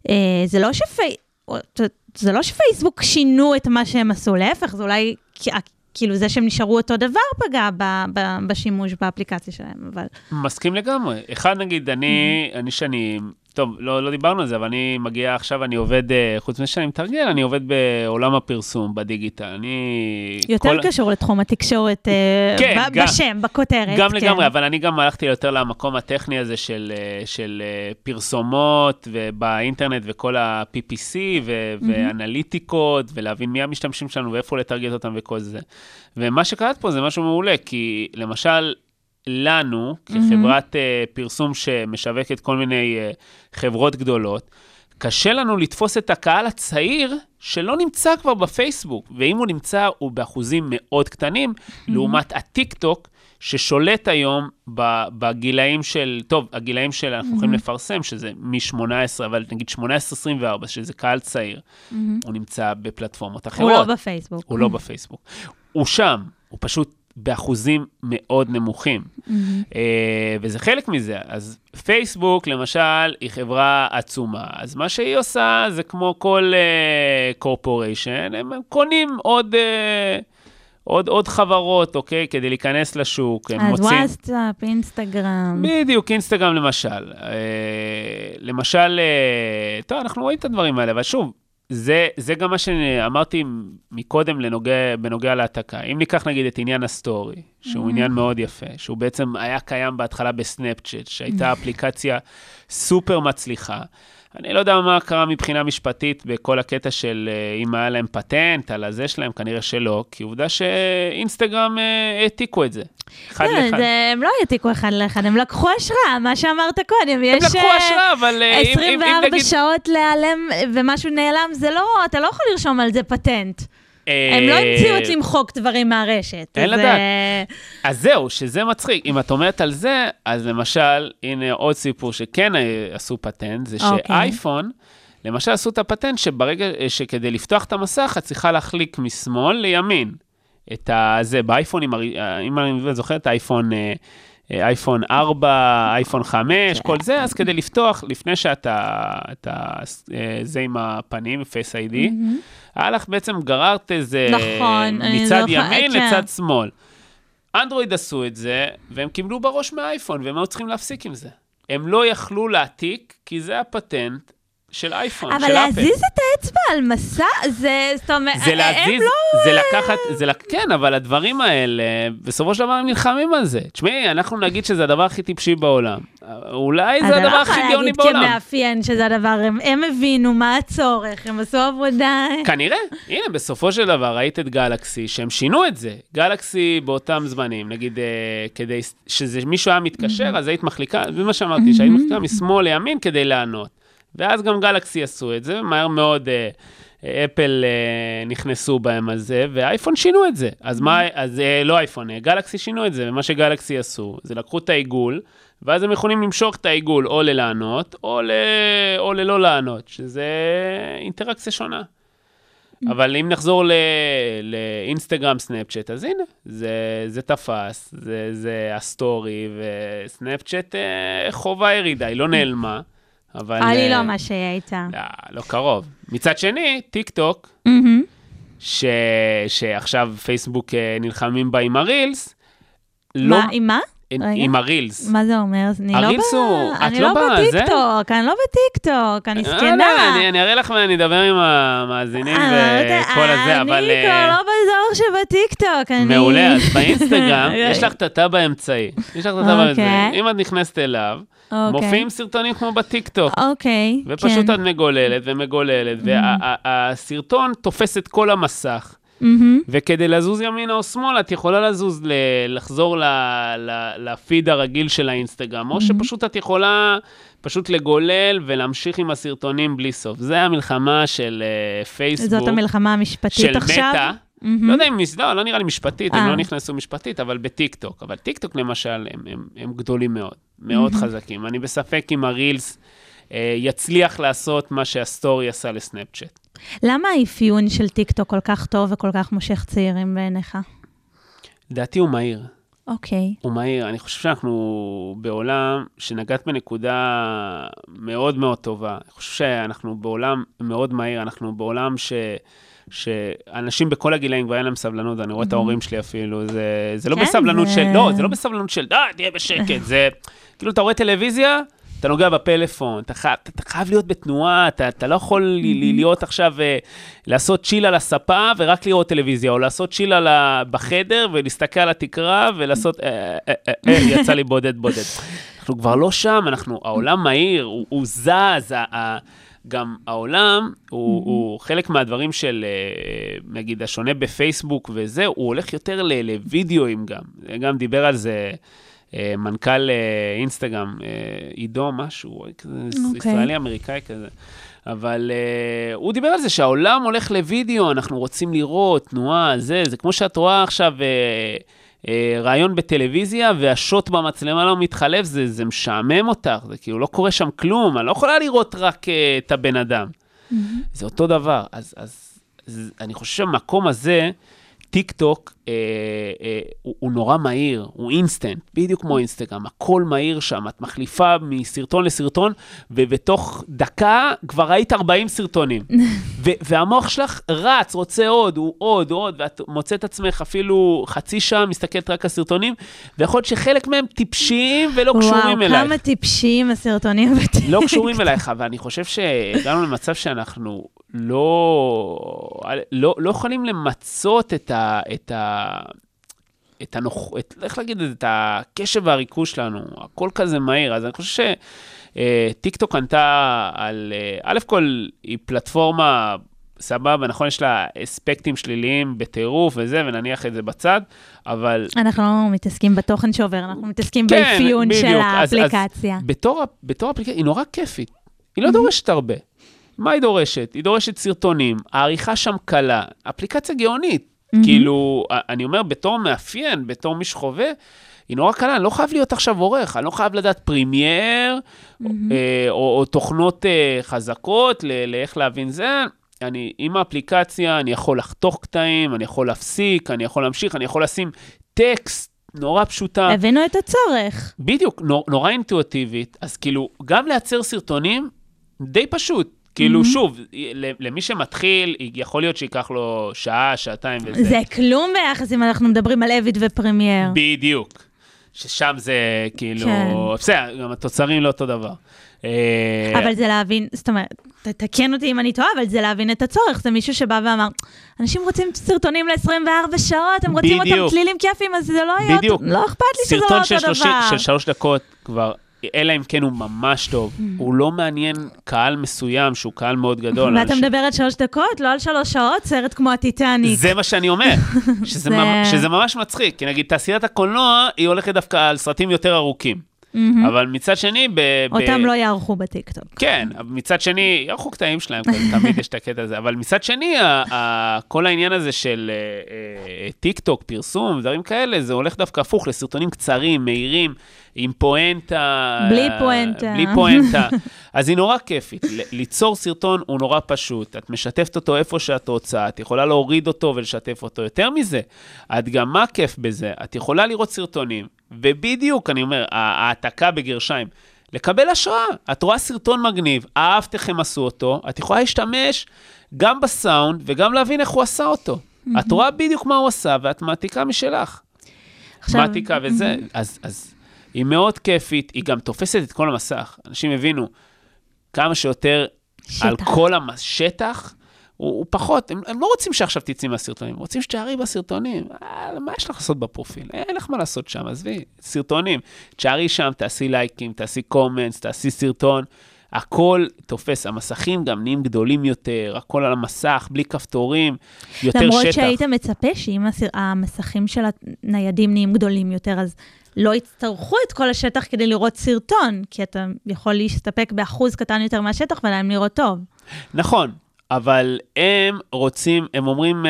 זה לא שפייסבוק שינו את מה שהם עשו, להפך, זה אולי... כאילו זה שהם נשארו אותו דבר פגע בשימוש באפליקציה שלהם, אבל... מסכים
לגמרי. אחד נגיד, אני טוב, לא דיברנו על זה, אבל אני מגיע עכשיו, אני עובד, חוץ מזה שאני מתרגל, אני עובד בעולם הפרסום, בדיגיטל.
יותר קשור לתחום התקשורת בשם, בכותרת.
גם לגמרי, אבל אני גם הלכתי יותר למקום הטכני הזה של פרסומות, ובאינטרנט וכל ה-PPC, ואנליטיקות, ולהבין מי המשתמשים שלנו, ואיפה לתרגל אותם וכל זה. ומה שקראת פה זה משהו מעולה, כי למשל, לנו, כחברת פרסום שמשווקת כל מיני חברות גדולות, קשה לנו לתפוס את הקהל הצעיר שלא נמצא כבר בפייסבוק, ואם הוא נמצא הוא באחוזים מאוד קטנים, לעומת הטיק-טוק, ששולט היום בגילאים של, טוב, הגילאים של אנחנו יכולים לפרסם, שזה מ-18, אבל נגיד 18-24, שזה קהל צעיר, הוא נמצא בפלטפורמות אחרות.
הוא לא בפייסבוק.
הוא לא בפייסבוק. הוא שם, הוא פשוט באחוזים מאוד נמוכים. וזה חלק מזה. אז פייסבוק, למשל, היא חברה עצומה. אז מה שהיא עושה, זה כמו כל קורפוריישן, הם קונים עוד חברות, אוקיי? כדי להיכנס לשוק.
אז וואטסאפ, אינסטגרם.
בדיוק, אינסטגרם למשל. למשל, טוב, אנחנו רואים את הדברים האלה, אבל שוב, זה גם מה שאמרתי מקודם בנוגע להעתקה. אם ניקח נגיד את עניין הסטורי, שהוא עניין מאוד יפה, שהוא בעצם היה קיים בהתחלה בסנאפצ'אט, שהייתה אפליקציה סופר מצליחה, אני לא יודע מה קרה מבחינה משפטית בכל הקטע של אם היה להם פטנט על הזה שלהם, כנראה שלא, כי עובדה שאינסטגרם העתיקו את זה. אחד לאחד.
הם לא העתיקו אחד לאחד, הם לקחו השראה, מה שאמרת קודם.
הם לקחו השראה, אבל
24 שעות להיעלם ומשהו נעלם, זה לא, אתה לא יכול לרשום על זה פטנט. הם לא המציאו את למחוק דברים מהרשת.
אין לדעת. אז זהו, שזה מצחיק. אם את אומרת על זה, אז למשל, הנה עוד סיפור שכן עשו פטנט, זה שאייפון, למשל עשו את הפטנט שברגע שכדי לפתוח את המסך, את צריכה להחליק משמאל לימין. את זה, באייפון, אם אני זוכר את אייפון 4, אייפון 5, כל זה, אז כדי לפתוח, לפני שאתה זה עם הפנים, Face ID, היה לך בעצם גררת איזה מצד ימין לצד שמאל. אנדרואיד עשו את זה, והם קיבלו בראש מהאייפון, והם היו צריכים להפסיק עם זה. הם לא יכלו להעתיק, כי זה הפטנט של אייפון, של אפל.
אבל להזיז את האצבע על מסע, זאת אומרת,
זה להזיז, זה לקחת, כן, אבל הדברים האלה, בסופו של דבר הם נלחמים על זה. תשמעי, אנחנו נגיד שזה הדבר הכי טיפשי בעולם. אולי זה הדבר הכי גאוני בעולם.
אז אני לא יכולה להגיד כמאפיין שזה הדבר, הם הבינו מה הצורך, הם עשו עבודה.
כנראה, הנה, בסופו של דבר, ראית את גלקסי, שהם שינו את זה. גלקסי באותם זמנים, נגיד, כדי שמישהו היה מתקשר, אז היית מחליקה, ומה שאמרתי, שהיית מחליקה משמאל לימין כדי לענות. ואז גם גלקסי עשו את זה, מהר מאוד אפל נכנסו בהם על זה, והאייפון שינו את זה. אז לא אייפון, גלקסי שינו את זה, ומה שגלקסי עשו, זה לקחו את העיגול, ואז הם יכולים למשוך את העיגול או ללענות, או ללא לענות, שזה אינטראקציה שונה. אבל אם נחזור לאינסטגרם, סנאפצ'אט, אז הנה, זה תפס, זה הסטורי, וסנאפצ'אט חובה ירידה, היא לא נעלמה.
אני לא מה שהיא הייתה.
לא קרוב. מצד שני, טיק טוק, שעכשיו פייסבוק נלחמים בה עם הרילס.
עם מה?
עם הרילס.
מה זה אומר? אני לא בטיקטוק, אני סקנה.
אני אראה לך ואני אדבר עם המאזינים וכל הזה, אבל...
אני כבר לא בזור שבטיקטוק.
מעולה, אז באינסטגרם יש לך תתה באמצעי. אם את נכנסת אליו, מופיעים סרטונים כמו בטיקטוק.
אוקיי.
ופשוט את מגוללת ומגוללת, והסרטון תופס את כל המסך. וכדי לזוז ימינה או שמאל, את יכולה לחזור לפיד הרגיל של האינסטגרם, או שפשוט את יכולה פשוט לגולל ולהמשיך עם הסרטונים בלי סוף. זה המלחמה של פייסבוק.
זאת המלחמה המשפטית עכשיו?
של מטה. לא יודע אם, לא נראה לי משפטית, הם לא נכנסו משפטית, אבל בטיקטוק. אבל טיקטוק למשל, הם גדולים מאוד, מאוד חזקים. אני בספק אם הרילס יצליח לעשות מה שהסטורי עשה לסנאפצ'אט.
למה האפיון של טיקטוק כל כך טוב וכל כך מושך צעירים בעיניך?
לדעתי הוא מהיר.
אוקיי.
הוא מהיר. אני חושב שאנחנו בעולם שנגעת בנקודה מאוד מאוד טובה. אני חושב שאנחנו בעולם מאוד מהיר, אנחנו בעולם שאנשים בכל הגילאים כבר אין להם סבלנות, אני רואה את ההורים שלי אפילו, זה לא בסבלנות של, לא, זה לא בסבלנות של, תהיה בשקט, זה, כאילו אתה רואה טלוויזיה, אתה נוגע בפלאפון, אתה חייב להיות בתנועה, אתה לא יכול להיות עכשיו, לעשות צ'יל על הספה ורק לראות טלוויזיה, או לעשות צ'יל בחדר ולהסתכל על התקרה ולעשות, יצא לי בודד. אנחנו כבר לא שם, העולם מהיר, הוא זז, גם העולם הוא חלק מהדברים של, נגיד, השונה בפייסבוק וזה, הוא הולך יותר לוידאוים גם. גם דיבר על זה מנכ"ל אינסטגרם, עידו משהו, ישראלי-אמריקאי כזה. אבל הוא דיבר על זה שהעולם הולך לוידאו, אנחנו רוצים לראות תנועה, זה כמו שאת רואה עכשיו רעיון בטלוויזיה, והשוט במצלמה לא מתחלף, זה משעמם אותך, זה כאילו לא קורה שם כלום, אני לא יכולה לראות רק את הבן אדם. זה אותו דבר. אז אני חושב שהמקום הזה, טיק טוק, הוא נורא מהיר, הוא אינסטנט, בדיוק כמו אינסטגרם, הכל מהיר שם, את מחליפה מסרטון לסרטון, ובתוך דקה כבר ראית 40 סרטונים. והמוח שלך רץ, רוצה עוד, ואת מוצאת עצמך אפילו חצי שעה, מסתכלת רק על סרטונים, ויכול להיות שחלק מהם טיפשיים ולא קשורים אלייך.
וואו, כמה טיפשיים הסרטונים בטיקטוק.
לא קשורים אלייך, אבל אני חושב שהגענו למצב שאנחנו לא יכולים למצות איך להגיד את הקשב והריכוז שלנו, הכל כזה מהיר, אז אני חושב טיק טוק ענתה על, א' כל, היא פלטפורמה סבבה, נכון, יש לה אספקטים שליליים בטירוף וזה, ונניח את זה בצד, אבל...
אנחנו לא מתעסקים בתוכן שעובר, אנחנו מתעסקים באפיון של האפליקציה.
אז בתור אפליקציה, היא נורא כיפית. היא לא דורשת הרבה. מה היא דורשת? היא דורשת סרטונים, העריכה שם קלה, אפליקציה גאונית. כאילו, אני אומר, בתור מאפיין, בתור מי שחווה, היא נורא קלה, אני לא חייב להיות עכשיו עורך, אני לא חייב לדעת פרימייר, או תוכנות חזקות, לאיך להבין זה. עם האפליקציה אני יכול לחתוך קטעים, אני יכול להפסיק, אני יכול להמשיך, אני יכול לשים טקסט נורא פשוטה.
הבאנו את הצורך.
בדיוק, נורא אינטואיטיבית, אז כאילו, גם לייצר סרטונים, די פשוט. כאילו, שוב, למי שמתחיל, יכול להיות שיקח לו שעה, שעתיים וזה.
זה כלום ביחס אם אנחנו מדברים על אביד ופרמייר.
בדיוק. ששם זה כאילו, בסדר, גם התוצרים לא אותו דבר.
אבל זה להבין, זאת אומרת, תקן אותי אם אני טועה, אבל זה להבין את הצורך. זה מישהו שבא ואמר, אנשים רוצים סרטונים ל-24 שעות, הם רוצים אותם כלילים כיפים, אז זה לא יהיה, לא אכפת לי שזה לא אותו דבר.
סרטון של 3 דקות כבר, אלא אם כן הוא ממש טוב, הוא לא מעניין קהל מסוים, שהוא קהל מאוד גדול.
ואתה מדבר על 3 דקות, לא על 3 שעות, סרט כמו הטיטניק.
זה מה שאני אומר, שזה ממש מצחיק, כי נגיד, תעשיית הקולנוע, היא הולכת דווקא על סרטים יותר ארוכים. אבל מצד שני...
אותם לא יערכו בטיקטוק.
כן, מצד שני, יערכו קטעים שלהם, תמיד יש את הקטע הזה, אבל מצד שני, כל העניין הזה של טיקטוק, פרסום, דברים כאלה, זה הולך דווקא הפוך לסרטונים קצרים, מהירים, עם פואנטה.
בלי פואנטה.
בלי פואנטה. אז היא נורא כיפית. ליצור סרטון הוא נורא פשוט. את משתפת אותו איפה שאת רוצה, את יכולה להוריד אותו ולשתף אותו. יותר מזה, את גם מה כיף בזה? את יכולה לראות סרטונים, ובדיוק, אני אומר, העתקה בגרשיים, לקבל השראה. את רואה סרטון מגניב, אהבת איך הם עשו אותו, את יכולה להשתמש גם בסאונד, וגם להבין איך הוא עשה אותו. את רואה בדיוק מה הוא עשה, ואת מעתיקה משלך. מעתיקה וזה, אז היא מאוד כיפית, היא גם תופסת את כל המסך. אנשים הבינו כמה שיותר על כל השטח, הוא פחות, הם לא רוצים שעכשיו תצאי מהסרטונים, רוצים שתשארי בסרטונים. מה יש לך לעשות בפרופיל? אין לך מה לעשות שם, עזבי, סרטונים. תשארי שם, תעשי לייקים, תעשי קומנטס, תעשי סרטון. הכל תופס, המסכים גם נהיים גדולים יותר, הכל על המסך, בלי כפתורים, יותר שטח.
למרות שהיית מצפה שאם המסכים של הניידים נהיים גדולים יותר, אז לא יצטרכו את כל השטח כדי לראות סרטון, כי אתה יכול להסתפק באחוז קטן יותר מהשטח ולהם לראות טוב.
נכון. אבל הם רוצים, הם אומרים,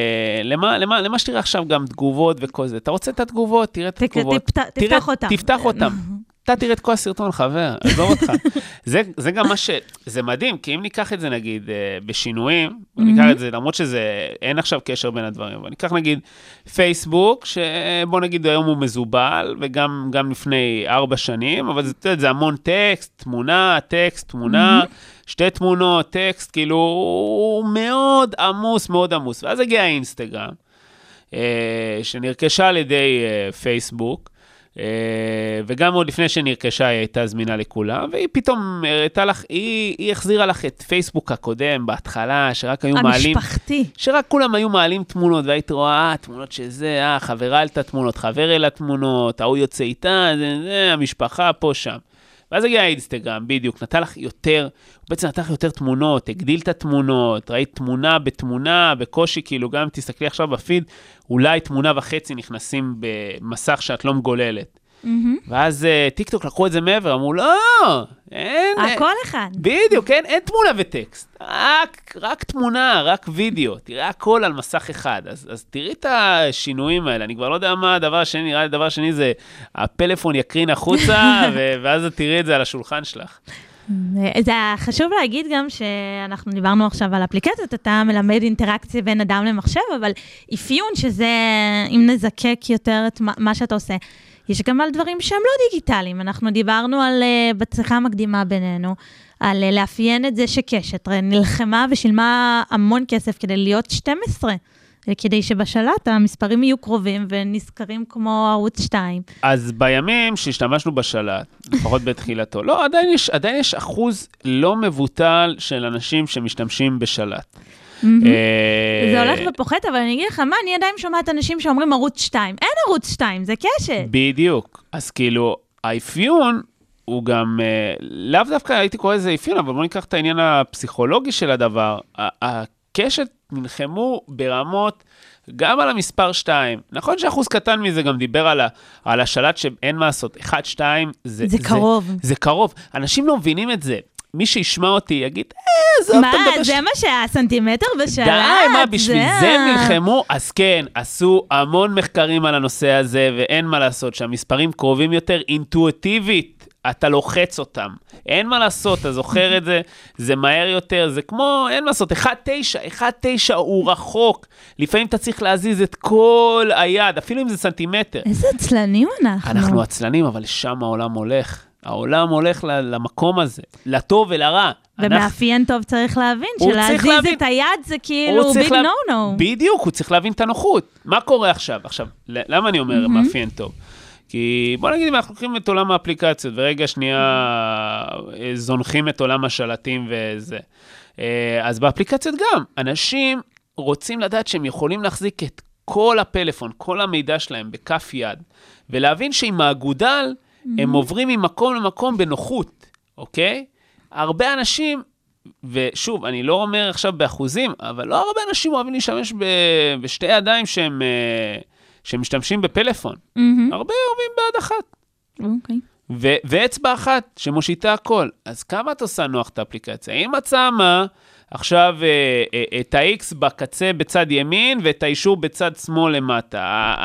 למה שתראה עכשיו גם תגובות וכל זה? אתה רוצה את התגובות? תראה את התגובות.
תפתח אותם.
תפתח אותם. אתה תראה את כל הסרטון, חבר, עזוב אותך. זה גם מה זה מדהים, כי אם ניקח את זה, נגיד, בשינויים, ניקח את זה, למרות שזה, אין עכשיו קשר בין הדברים, אבל ניקח, נגיד, פייסבוק, שבוא נגיד, היום הוא מזובל, וגם לפני 4 שנים, אבל זה המון טקסט, תמונה, טקסט, תמונה, 2 תמונות, טקסט, כאילו, הוא מאוד עמוס, מאוד עמוס. ואז הגיע האינסטגרם, שנרכשה על ידי פייסבוק, וגם עוד לפני שנרכשה היא הייתה זמינה לכולם, והיא פתאום הראתה לך, היא החזירה לך את פייסבוק הקודם, בהתחלה, שרק היו מעלים,
המשפחתי.
שרק כולם היו מעלים תמונות, והיית רואה, תמונות שזה, חברה על את התמונות, חבר אל התמונות, ההוא יוצא איתה, זה, המשפחה פה שם. ואז הגיע האינסטגרם, בדיוק, נתן לך יותר, הוא בעצם נתן לך יותר תמונות, הגדיל את התמונות, ראית תמונה בתמונה, בקושי, כאילו גם תסתכלי עכשיו בפיד, אולי 1.5 תמונה נכנסים במסך שאת לא מגוללת. ואז טיקטוק לקחו את זה מעבר, אמרו, לא, אין.
הכל אחד.
בדיוק, אין תמונה וטקסט, רק תמונה, רק וידאו, תראה הכל על מסך אחד, אז תראי את השינויים האלה, אני כבר לא יודע מה הדבר השני, נראה לי הדבר השני זה, הפלאפון יקרין החוצה, ואז תראי את זה על השולחן שלך.
זה חשוב להגיד גם שאנחנו דיברנו עכשיו על אפליקציות, אתה מלמד אינטראקציה בין אדם למחשב, אבל אפיון שזה, אם נזקק יותר את מה שאתה עושה, יש גם על דברים שהם לא דיגיטליים. אנחנו דיברנו על, בשיחה המקדימה בינינו, על לאפיין את זה שקשת נלחמה ושילמה המון כסף כדי להיות 12, כדי שבשלט המספרים יהיו קרובים ונזכרים כמו ערוץ 2.
אז בימים שהשתמשנו בשלט, לפחות בתחילתו, לא, עדיין יש אחוז לא מבוטל של אנשים שמשתמשים בשלט.
זה הולך ופוחת, אבל אני אגיד לך מה, אני עדיין שומעת אנשים שאומרים ערוץ 2. אין ערוץ 2, זה קשת.
בדיוק. אז כאילו, האפיון הוא גם, לאו דווקא הייתי קורא לזה אפיון, אבל בוא ניקח את העניין הפסיכולוגי של הדבר. הקשת נלחמו ברמות, גם על המספר 2. נכון שאחוז קטן מזה גם דיבר על השלט שאין מה לעשות. 1, 2,
זה קרוב.
זה קרוב. אנשים לא מבינים את זה. מי שישמע אותי יגיד,
מה, זה מה שהיה סנטימטר בשלט?
די, מה, בשביל זה נלחמו? אז כן, עשו המון מחקרים על הנושא הזה, ואין מה לעשות, שהמספרים קרובים יותר אינטואיטיבית, אתה לוחץ אותם. אין מה לעשות, אתה זוכר את זה, זה מהר יותר, זה כמו, אין מה לעשות, 1.9, 1.9 הוא רחוק, לפעמים אתה צריך להזיז את כל היד, אפילו אם זה סנטימטר.
איזה עצלנים אנחנו.
אנחנו עצלנים, אבל שם העולם הולך. העולם הולך למקום הזה, לטוב ולרע.
ומאפיין טוב צריך להבין, שלהזיז את היד זה כאילו ביג נו-נו.
בדיוק, הוא צריך להבין את הנוחות. מה קורה עכשיו? עכשיו, למה אני אומר מאפיין טוב? כי בוא נגיד, אם אנחנו לוקחים את עולם האפליקציות, ורגע שנייה זונחים את עולם השלטים וזה. אז באפליקציות גם, אנשים רוצים לדעת שהם יכולים להחזיק את כל הפלאפון, כל המידע שלהם בכף יד, ולהבין שעם האגודל, הם עוברים ממקום למקום בנוחות, אוקיי? הרבה אנשים, ושוב, אני לא אומר עכשיו באחוזים, אבל לא הרבה אנשים אוהבים להשתמש בשתי ידיים שהם משתמשים בפלאפון. הרבה אוהבים ביד אחת.
אוקיי.
ואצבע אחת שמושיטה הכל. אז כמה את עושה נוח את האפליקציה? אם את שמה עכשיו את ה-X בקצה בצד ימין ואת האישור בצד שמאל למטה.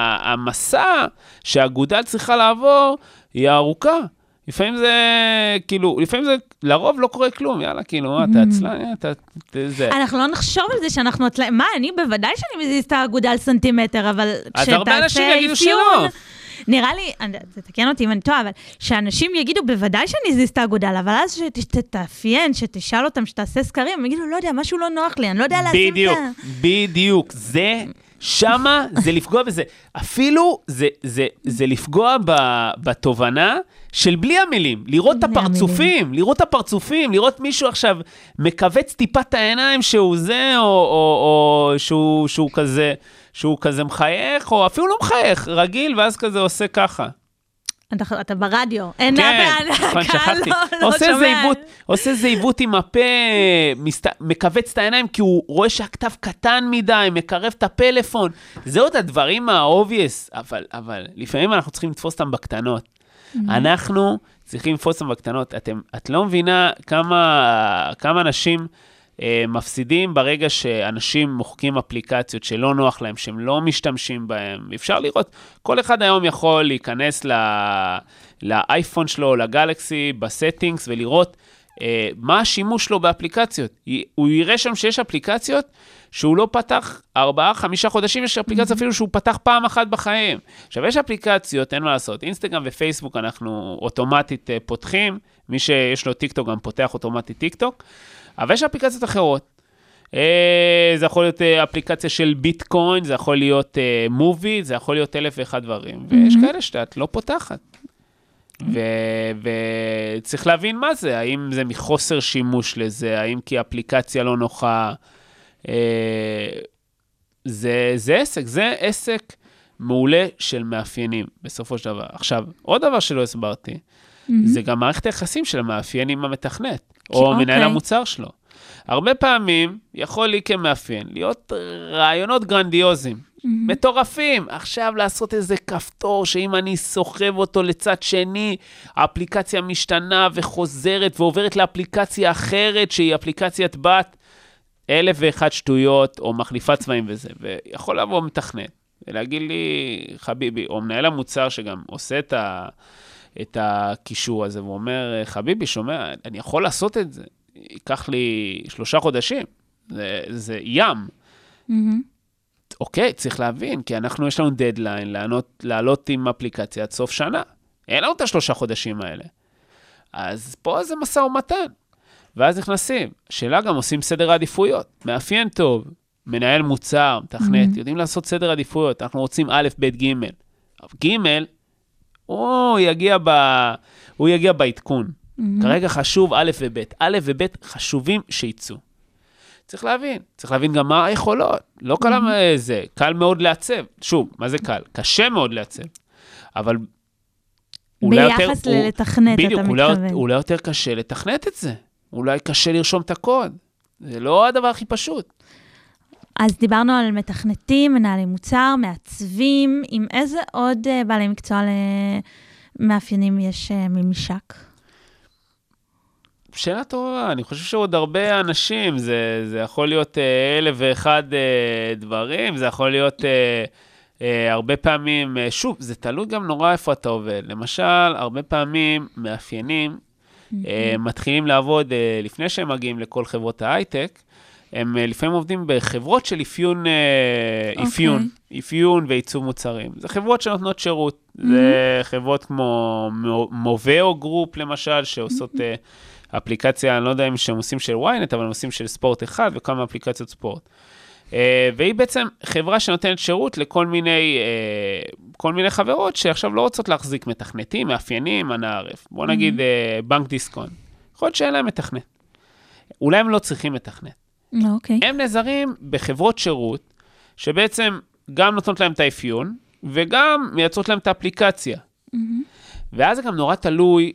המסע שהאגודל צריכה לעבור היא ארוכה. לפעמים זה, כאילו, לפעמים זה, לרוב לא קורה כלום, יאללה, כאילו, אתה עצלן, אתה, זה.
אנחנו לא נחשוב על זה שאנחנו עצלן, מה, אני בוודאי שאני מזיז את האגודל סנטימטר, אבל
אז הרבה אנשים יגידו שלא.
נראה לי, תתקן אותי אם אני טועה, אבל שאנשים יגידו, בוודאי שאני אזיז את האגודל, אבל אז שתתאפיין, שתשאל אותם, שתעשה סקרים, הם יגידו, לא יודע, משהו לא נוח לי, אני לא יודע להשים את זה.
בדיוק, זה, שמה, זה לפגוע בזה. אפילו, זה לפגוע בתובנה של בלי המילים, לראות את הפרצופים, לראות מישהו עכשיו מקווץ טיפת העיניים שהוא זה, או שהוא כזה מחייך, או אפילו לא מחייך, רגיל, ואז כזה עושה ככה.
אתה ברדיו, אין קהל לא שומע.
עושה איזה עיוות עם הפה, מקווץ את העיניים, כי הוא רואה שהכתב קטן מדי, מקרב את הפלאפון. זה עוד הדברים האובייס, אבל לפעמים אנחנו צריכים לתפוס אותם בקטנות. אנחנו צריכים לתפוס אותם בקטנות. את לא מבינה כמה אנשים מפסידים ברגע שאנשים מוחקים אפליקציות שלא נוח להם, שהם לא משתמשים בהם. אפשר לראות, כל אחד היום יכול להיכנס לאייפון שלו, לגלקסי, בסטינגס, ולראות מה השימוש שלו באפליקציות. הוא יראה שם שיש אפליקציות שהוא לא פתח 4-5 חודשים, יש אפליקציה אפילו שהוא פתח פעם אחת בחיים. עכשיו, יש אפליקציות, אין מה לעשות, אינסטגרם ופייסבוק אנחנו אוטומטית פותחים, מי שיש לו טיקטוק גם פותח אוטומטית טיקטוק, אבל יש אפליקציות אחרות. זה יכול להיות אפליקציה של ביטקוין, זה יכול להיות מובי, זה יכול להיות 1,001 דברים, ויש כאלה שאת לא פותחת. וצריך להבין מה זה, האם זה מחוסר שימוש לזה, האם כי אפליקציה לא נוחה, זה עסק מעולה של מאפיינים, בסופו של דבר. עכשיו, עוד דבר שלא הסברתי, זה גם מערכת היחסים של המאפיין עם המתכנת, או מנהל המוצר שלו. הרבה פעמים יכול לי כמאפיין להיות רעיונות גרנדיוזיים, מטורפים. עכשיו לעשות איזה כפתור שאם אני סוחב אותו לצד שני, האפליקציה משתנה וחוזרת ועוברת לאפליקציה אחרת שהיא אפליקציית בת, 1,001 שטויות או מחליפת צבעים וזה. ויכול לבוא מתכנת ולהגיד לי, חביבי, או מנהל המוצר שגם עושה את הקישור הזה, והוא אומר, חביבי, שומע, אני יכול לעשות את זה. ייקח לי 3 חודשים. זה ים. אוקיי, צריך להבין, כי יש לנו דדליין לעלות עם אפליקציה עד סוף שנה. אין לנו את 3 חודשים האלה. אז פה זה מסע ומתן. ואז נכנסים. שאלה גם עושים סדר העדיפויות. מאפיין טוב, מנהל מוצר, מתכנת, יודעים לעשות סדר עדיפויות. אנחנו רוצים א', ב', ג'. ג', הוא יגיע בעדכון. כרגע חשוב א' וב'. א' וב' חשובים שיצאו. צריך להבין גם מה היכולות. לא קל מאוד לעצב. שוב, מה זה קל? קשה מאוד לעצב. אבל
ביחס לתכנת, אתה מתכוון.
אולי יותר קשה לתכנת את זה. אולי קשה לרשום את הקוד. זה לא הדבר הכי פשוט.
אז דיברנו על מתכנתים, מנהלי מוצר, מעצבים, עם איזה עוד בעלי מקצוע מאפיינים יש ממשק?
שאלה טובה, אני חושב שעוד הרבה אנשים, זה יכול להיות 1,001 דברים, זה יכול להיות הרבה פעמים, שוב, זה תלוי גם נורא איפה אתה עובד. למשל, הרבה פעמים מאפיינים מתחילים לעבוד לפני שהם מגיעים לכל חברות ההייטק, הם לפעמים עובדים בחברות של אפיון ועיצוב מוצרים. זה חברות שנותנות שירות. זה חברות כמו מובאו גרופ, למשל, שעושות אפליקציה, אני לא יודע אם שהם עושים של וויינט, אבל הם עושים של ספורט אחד וכמה אפליקציות ספורט. והיא בעצם חברה שנותנת שירות לכל מיני חברות שעכשיו לא רוצות להחזיק מתכנתים, מאפיינים, הנערף. בוא נגיד בנק דיסקונט. יכול להיות שאין להם מתכנת. אולי הם לא צריכים מתכנת. הם נעזרים בחברות שירות, שבעצם גם נותנות להם את האפיון, וגם מייצרות להם את האפליקציה. ואז זה גם נורא תלוי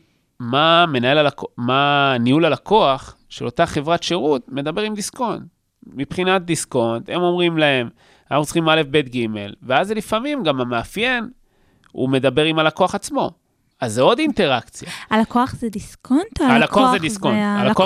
מה ניהול הלקוח של אותה חברת שירות מדבר עם דיסקונט. מבחינת דיסקונט, הם אומרים להם, אנחנו צריכים א', ב', ג', ואז לפעמים גם המאפיין, הוא מדבר עם הלקוח עצמו. אז זה עוד אינטראקציה.
הלקוח זה דיסקונט?
הלקוח זה דיסקונט.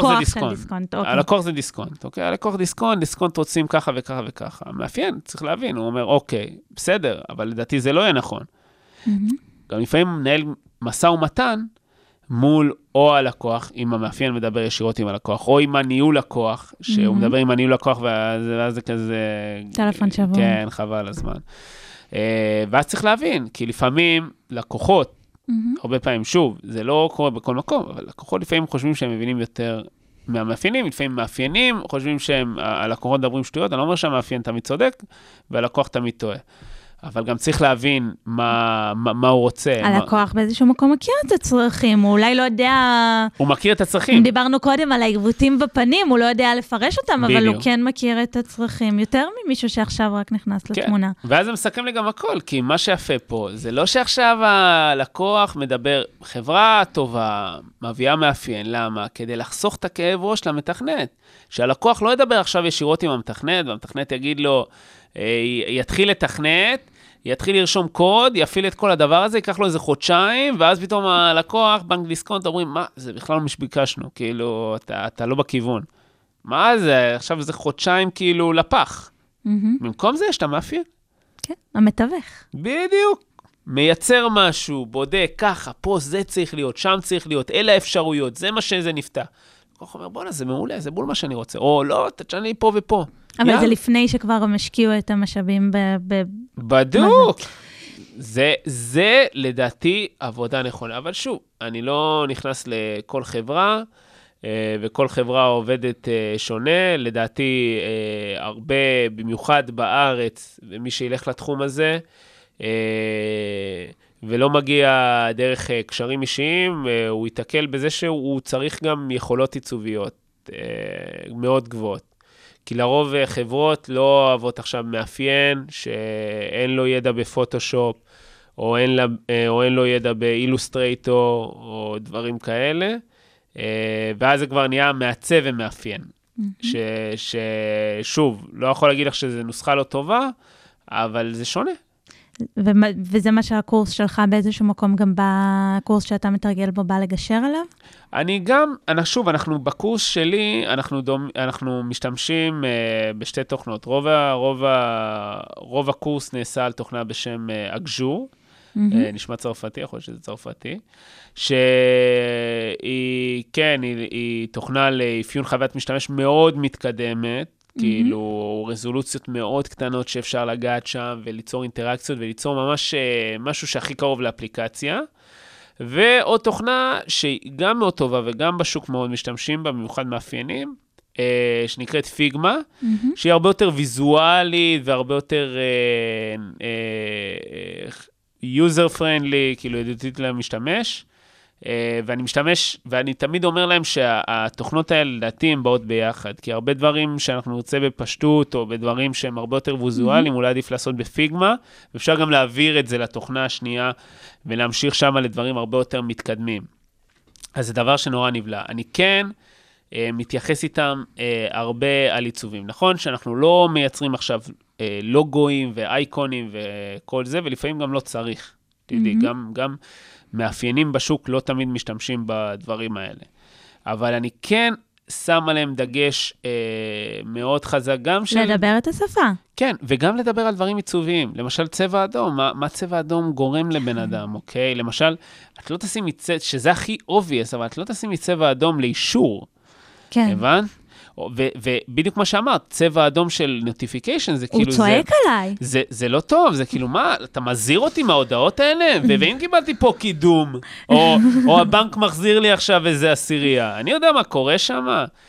הלקוח זה דיסקונט, אוקיי? הלקוח דיסקונט רוצים ככה וככה וככה. המאפיין צריך להבין, הוא אומר, אוקיי, בסדר, אבל לדעתי זה לא יהיה נכון. גם לפעמים מנהל משא ומתן מול או הלקוח, אם המאפיין מדבר ישירות עם הלקוח, או עם הניהול לקוח, שהוא מדבר עם הניהול לקוח, ואז זה כזה...
טלפון שבוע.
כן, חבל הזמן. ואז צריך להבין, כי לפעמים לקוחות, הרבה פעמים, שוב, זה לא קורה בכל מקום, אבל לקוחות לפעמים חושבים שהם מבינים יותר מהמאפיינים, לפעמים מאפיינים, חושבים שהלקוחות מדברים שטויות, אני לא אומר שהמאפיין תמיד צודק, והלקוח תמיד טועה. אבל גם צריך להבין מה הוא רוצה.
הלקוח באיזשהו מקום מכיר את הצרכים, הוא אולי לא יודע...
הוא מכיר את הצרכים.
דיברנו קודם על העיוותים בפנים, הוא לא יודע לפרש אותם, אבל הוא כן מכיר את הצרכים, יותר ממישהו שעכשיו רק נכנס לתמונה.
ואז זה מסכם לי גם הכל, כי מה שיפה פה, זה לא שעכשיו הלקוח מדבר, חברה טובה, מביאה מאפיין, למה? כדי לחסוך את הכאב ראש למתכנת. שהלקוח לא ידבר עכשיו ישירות עם המתכנת, והמתכנת יגיד לו, יתחיל לתכנת, יתחיל לרשום קוד, יפעיל את כל הדבר הזה, ייקח לו איזה חודשיים, ואז פתאום הלקוח, בנק דיסקונט, אומרים, מה, זה בכלל לא משביקשנו, כאילו, אתה לא בכיוון. מה זה? עכשיו זה חודשיים כאילו לפח. במקום זה יש את המאפיין.
כן, המתווך.
בדיוק. מייצר משהו, בודק, ככה, פה זה צריך להיות, שם צריך להיות, אלה האפשרויות, זה מה שזה נפתח. הלקוח אומר, בוא'נה, זה מעולה, זה בול מה שאני רוצה. או לא, תשנה לי פה ופה.
אבל זה לפני שכבר הם השקיעו את המשאבים
בדיוק. זה לדעתי עבודה נכונה. אבל שוב, אני לא נכנס לכל חברה, וכל חברה עובדת שונה. לדעתי, הרבה, במיוחד בארץ, ומי שילך לתחום הזה, ולא מגיע דרך קשרים אישיים, הוא יתקל בזה שהוא צריך גם יכולות עיצוביות מאוד גבוהות. כי לרוב חברות לא אוהבות עכשיו מאפיין, שאין לו ידע בפוטושופ, או אין לו ידע באילוסטרייטור, או דברים כאלה, ואז זה כבר נהיה מעצב ומאפיין. ששוב, לא יכול להגיד לך שזה נוסחה לא טובה, אבל זה שונה.
וזה מה שהקורס שלך באיזשהו מקום, גם בקורס שאתה מתרגל בו, בא לגשר עליו?
שוב, אנחנו בקורס שלי, אנחנו משתמשים בשתי תוכנות. רוב הקורס נעשה על תוכנה בשם אגז'ור, נשמע צרפתי, יכול להיות שזה צרפתי, שהיא, כן, היא תוכנה לאפיון חוויית משתמש מאוד מתקדמת, כאילו רזולוציות מאוד קטנות שאפשר לגעת שם וליצור אינטראקציות וליצור ממש משהו שהכי קרוב לאפליקציה. ועוד תוכנה שהיא גם מאוד טובה וגם בשוק מאוד משתמשים בה, במיוחד מאפיינים, שנקראת פיגמה, שהיא הרבה יותר ויזואלית והרבה יותר user friendly, כאילו ידידותית למשתמש. ואני משתמש, ואני תמיד אומר להם שהתוכנות האלה, לדעתי, הן באות ביחד, כי הרבה דברים שאנחנו נרצה בפשטות, או בדברים שהם הרבה יותר ויזואליים, אולי עדיף לעשות בפיגמה, ואפשר גם להעביר את זה לתוכנה השנייה, ולהמשיך שם לדברים הרבה יותר מתקדמים. אז זה דבר שנורא נבלע. אני כן מתייחס איתם הרבה על עיצובים. נכון שאנחנו לא מייצרים עכשיו לוגויים ואייקונים וכל זה, ולפעמים גם לא צריך. תדעי, גם מאפיינים בשוק לא תמיד משתמשים בדברים האלה. אבל אני כן שם עליהם דגש מאוד חזק, גם של...
לדבר את השפה.
כן, וגם לדבר על דברים עיצוביים. למשל, צבע אדום. מה צבע אדום גורם לבן אדם, אוקיי? למשל, את לא תשימי צבע, שזה הכי obvious, אבל את לא תשימי צבע אדום לאישור.
כן.
הבנת? ובדיוק מה שאמרת, צבע אדום של notification, זה כאילו...
הוא צועק עליי.
זה לא טוב, זה כאילו, מה, אתה מזהיר אותי מההודעות האלה? ואם קיבלתי פה קידום, או הבנק מחזיר לי עכשיו איזה עשירייה, אני יודע מה קורה שם?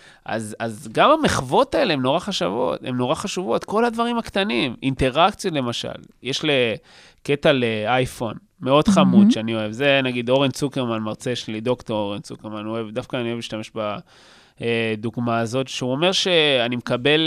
אז גם המחוות האלה הן נורא חשובות, כל הדברים הקטנים, אינטראקציות למשל, יש קטע לאייפון, מאוד חמוד שאני אוהב, זה נגיד אורן צוקרמן, מרצה שלי, דוקטור אורן צוקרמן, דווקא אני אוהב להשתמש בדוגמה הזאת, שהוא אומר שאני מקבל,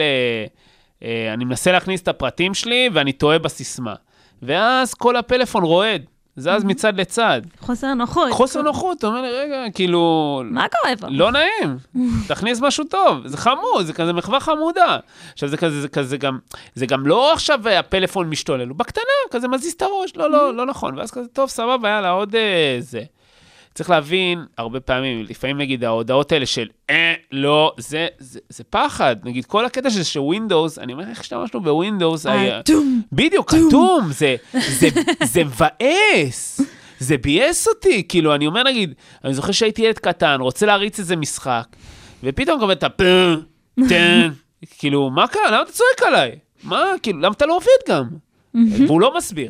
אני מנסה להכניס את הפרטים שלי, ואני טועה בסיסמה, ואז כל הפלאפון רועד, זז מצד לצד.
חוסר נוחות.
חוסר נוחות, אתה אומר לי, רגע, כאילו...
מה קורה פה?
לא נעים, תכניס משהו טוב, זה חמוד, זה כזה מחווה חמודה. עכשיו זה גם לא עכשיו הפלאפון משתולל, הוא בקטנה, כזה מזיז את הראש, לא נכון, ואז כזה, טוב, סבבה, יאללה, עוד זה. צריך להבין, הרבה פעמים, לפעמים נגיד, ההודעות האלה של, לא, זה פחד. נגיד, כל הקטע של ווינדוס, אני אומר, איך השתמשנו בווינדוס?
אטום.
בדיוק, אטום, זה מבאס. זה בייס אותי. כאילו, אני אומר, נגיד, אני זוכר שהייתי ילד קטן, רוצה להריץ איזה משחק, ופתאום קבל את הפן, כאילו, מה קרה? למה אתה צועק עליי? מה, כאילו, למה אתה לא עובד גם? והוא לא מסביר.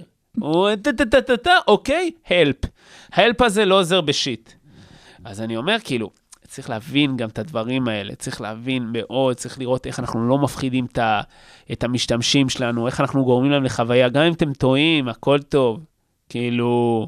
אוקיי, help. help הזה לא עוזר בשיט. אז אני אומר, כאילו, צריך להבין גם את הדברים האלה, צריך להבין מאוד, צריך לראות איך אנחנו לא מפחידים את המשתמשים שלנו, איך אנחנו גורמים להם לחוויה, גם אם אתם טועים, הכל טוב. כאילו,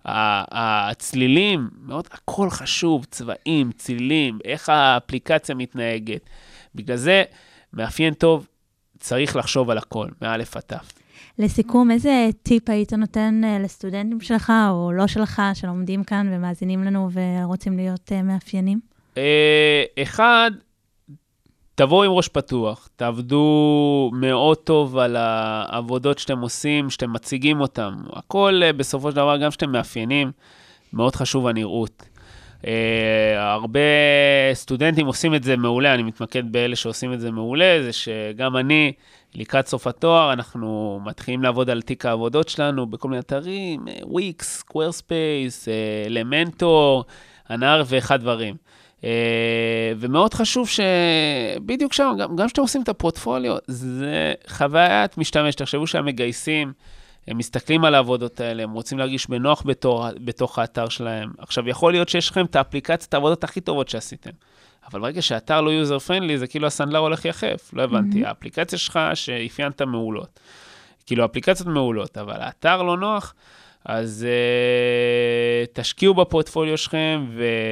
הצלילים, מאוד, הכל חשוב, צבעים, צלילים, איך האפליקציה מתנהגת. בגלל זה, מאפיין טוב, צריך לחשוב על הכל, מאלף עד תף.
לסיכום, איזה טיפ היית נותן לסטודנטים שלך, או לא שלך, שלומדים כאן ומאזינים לנו ורוצים להיות מאפיינים?
אחד, תבואו עם ראש פתוח, תעבדו מאוד טוב על העבודות שאתם עושים, שאתם מציגים אותם. הכל בסופו של דבר, גם שאתם מאפיינים, מאוד חשוב הנראות. הרבה סטודנטים עושים את זה מעולה, אני מתמקד באלה שעושים את זה מעולה, זה שגם אני, לקראת סוף התואר, אנחנו מתחילים לעבוד על תיק העבודות שלנו, בכל מיני אתרים, וויקס, סקוורספייס, אלמנטור, הנער ואחד דברים. ומאוד חשוב שבדיוק שם, גם שאתם עושים את הפורטפוליו, זה חוויית משתמש, תחשבו שהמגייסים, הם מסתכלים על העבודות האלה, הם רוצים להרגיש בנוח בתוך האתר שלהם. עכשיו, יכול להיות שיש לכם את האפליקציית העבודות הכי טובות שעשיתם. אבל ברגע שהאתר לא יוזר פרנדלי, זה כאילו הסנדלר הולך יחף. לא הבנתי. האפליקציה שלך שאפיינת מעולות. כאילו, האפליקציות מעולות, אבל האתר לא נוח, אז תשקיעו בפורטפוליו שלכם,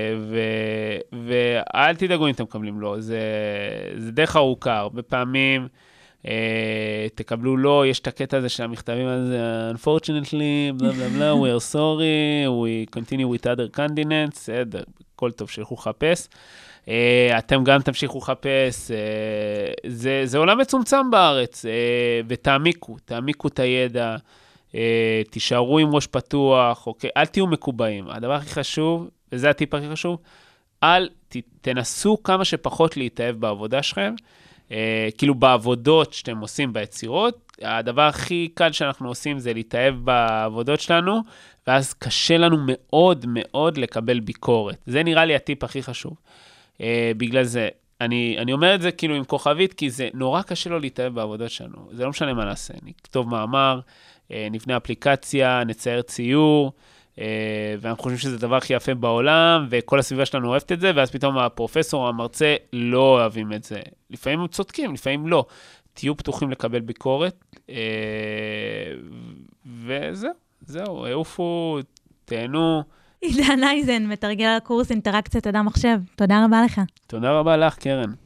ואל תדאגו אם אתם מקבלים לא. זה דרך ארוכה. הרבה פעמים תקבלו לא, יש את הקטע הזה של המכתבים הזה, unfortunately, blah blah blah, we are sorry, we continue with other candidates, כל טוב, שילכו לחפש. אתם גם תמשיכו לחפש, זה עולם מצומצם בארץ, ותעמיקו את הידע, תישארו עם ראש פתוח, אוקיי? אל תהיו מקובעים. הדבר הכי חשוב, וזה הטיפ הכי חשוב, תנסו כמה שפחות להתאהב בעבודה שלכם, כאילו בעבודות שאתם עושים ביצירות, הדבר הכי קל שאנחנו עושים זה להתאהב בעבודות שלנו, ואז קשה לנו מאוד מאוד לקבל ביקורת. זה נראה לי הטיפ הכי חשוב. בגלל זה, אני אומר את זה כאילו עם כוכבית, כי זה נורא קשה לו להתאהב בעבודות שלנו. זה לא משנה מה נעשה. נכתוב מאמר, נבנה אפליקציה, נצייר ציור, ואנחנו חושבים שזה הדבר הכי יפה בעולם, וכל הסביבה שלנו אוהבת את זה, ואז פתאום הפרופסור או המרצה לא אוהבים את זה. לפעמים הם צודקים, לפעמים לא. תהיו פתוחים לקבל ביקורת, וזהו, העופו, תהנו,
עידן אייזן, מתרגל הקורס אינטראקציית אדם מחשב. תודה רבה לך.
תודה רבה לך, קרן.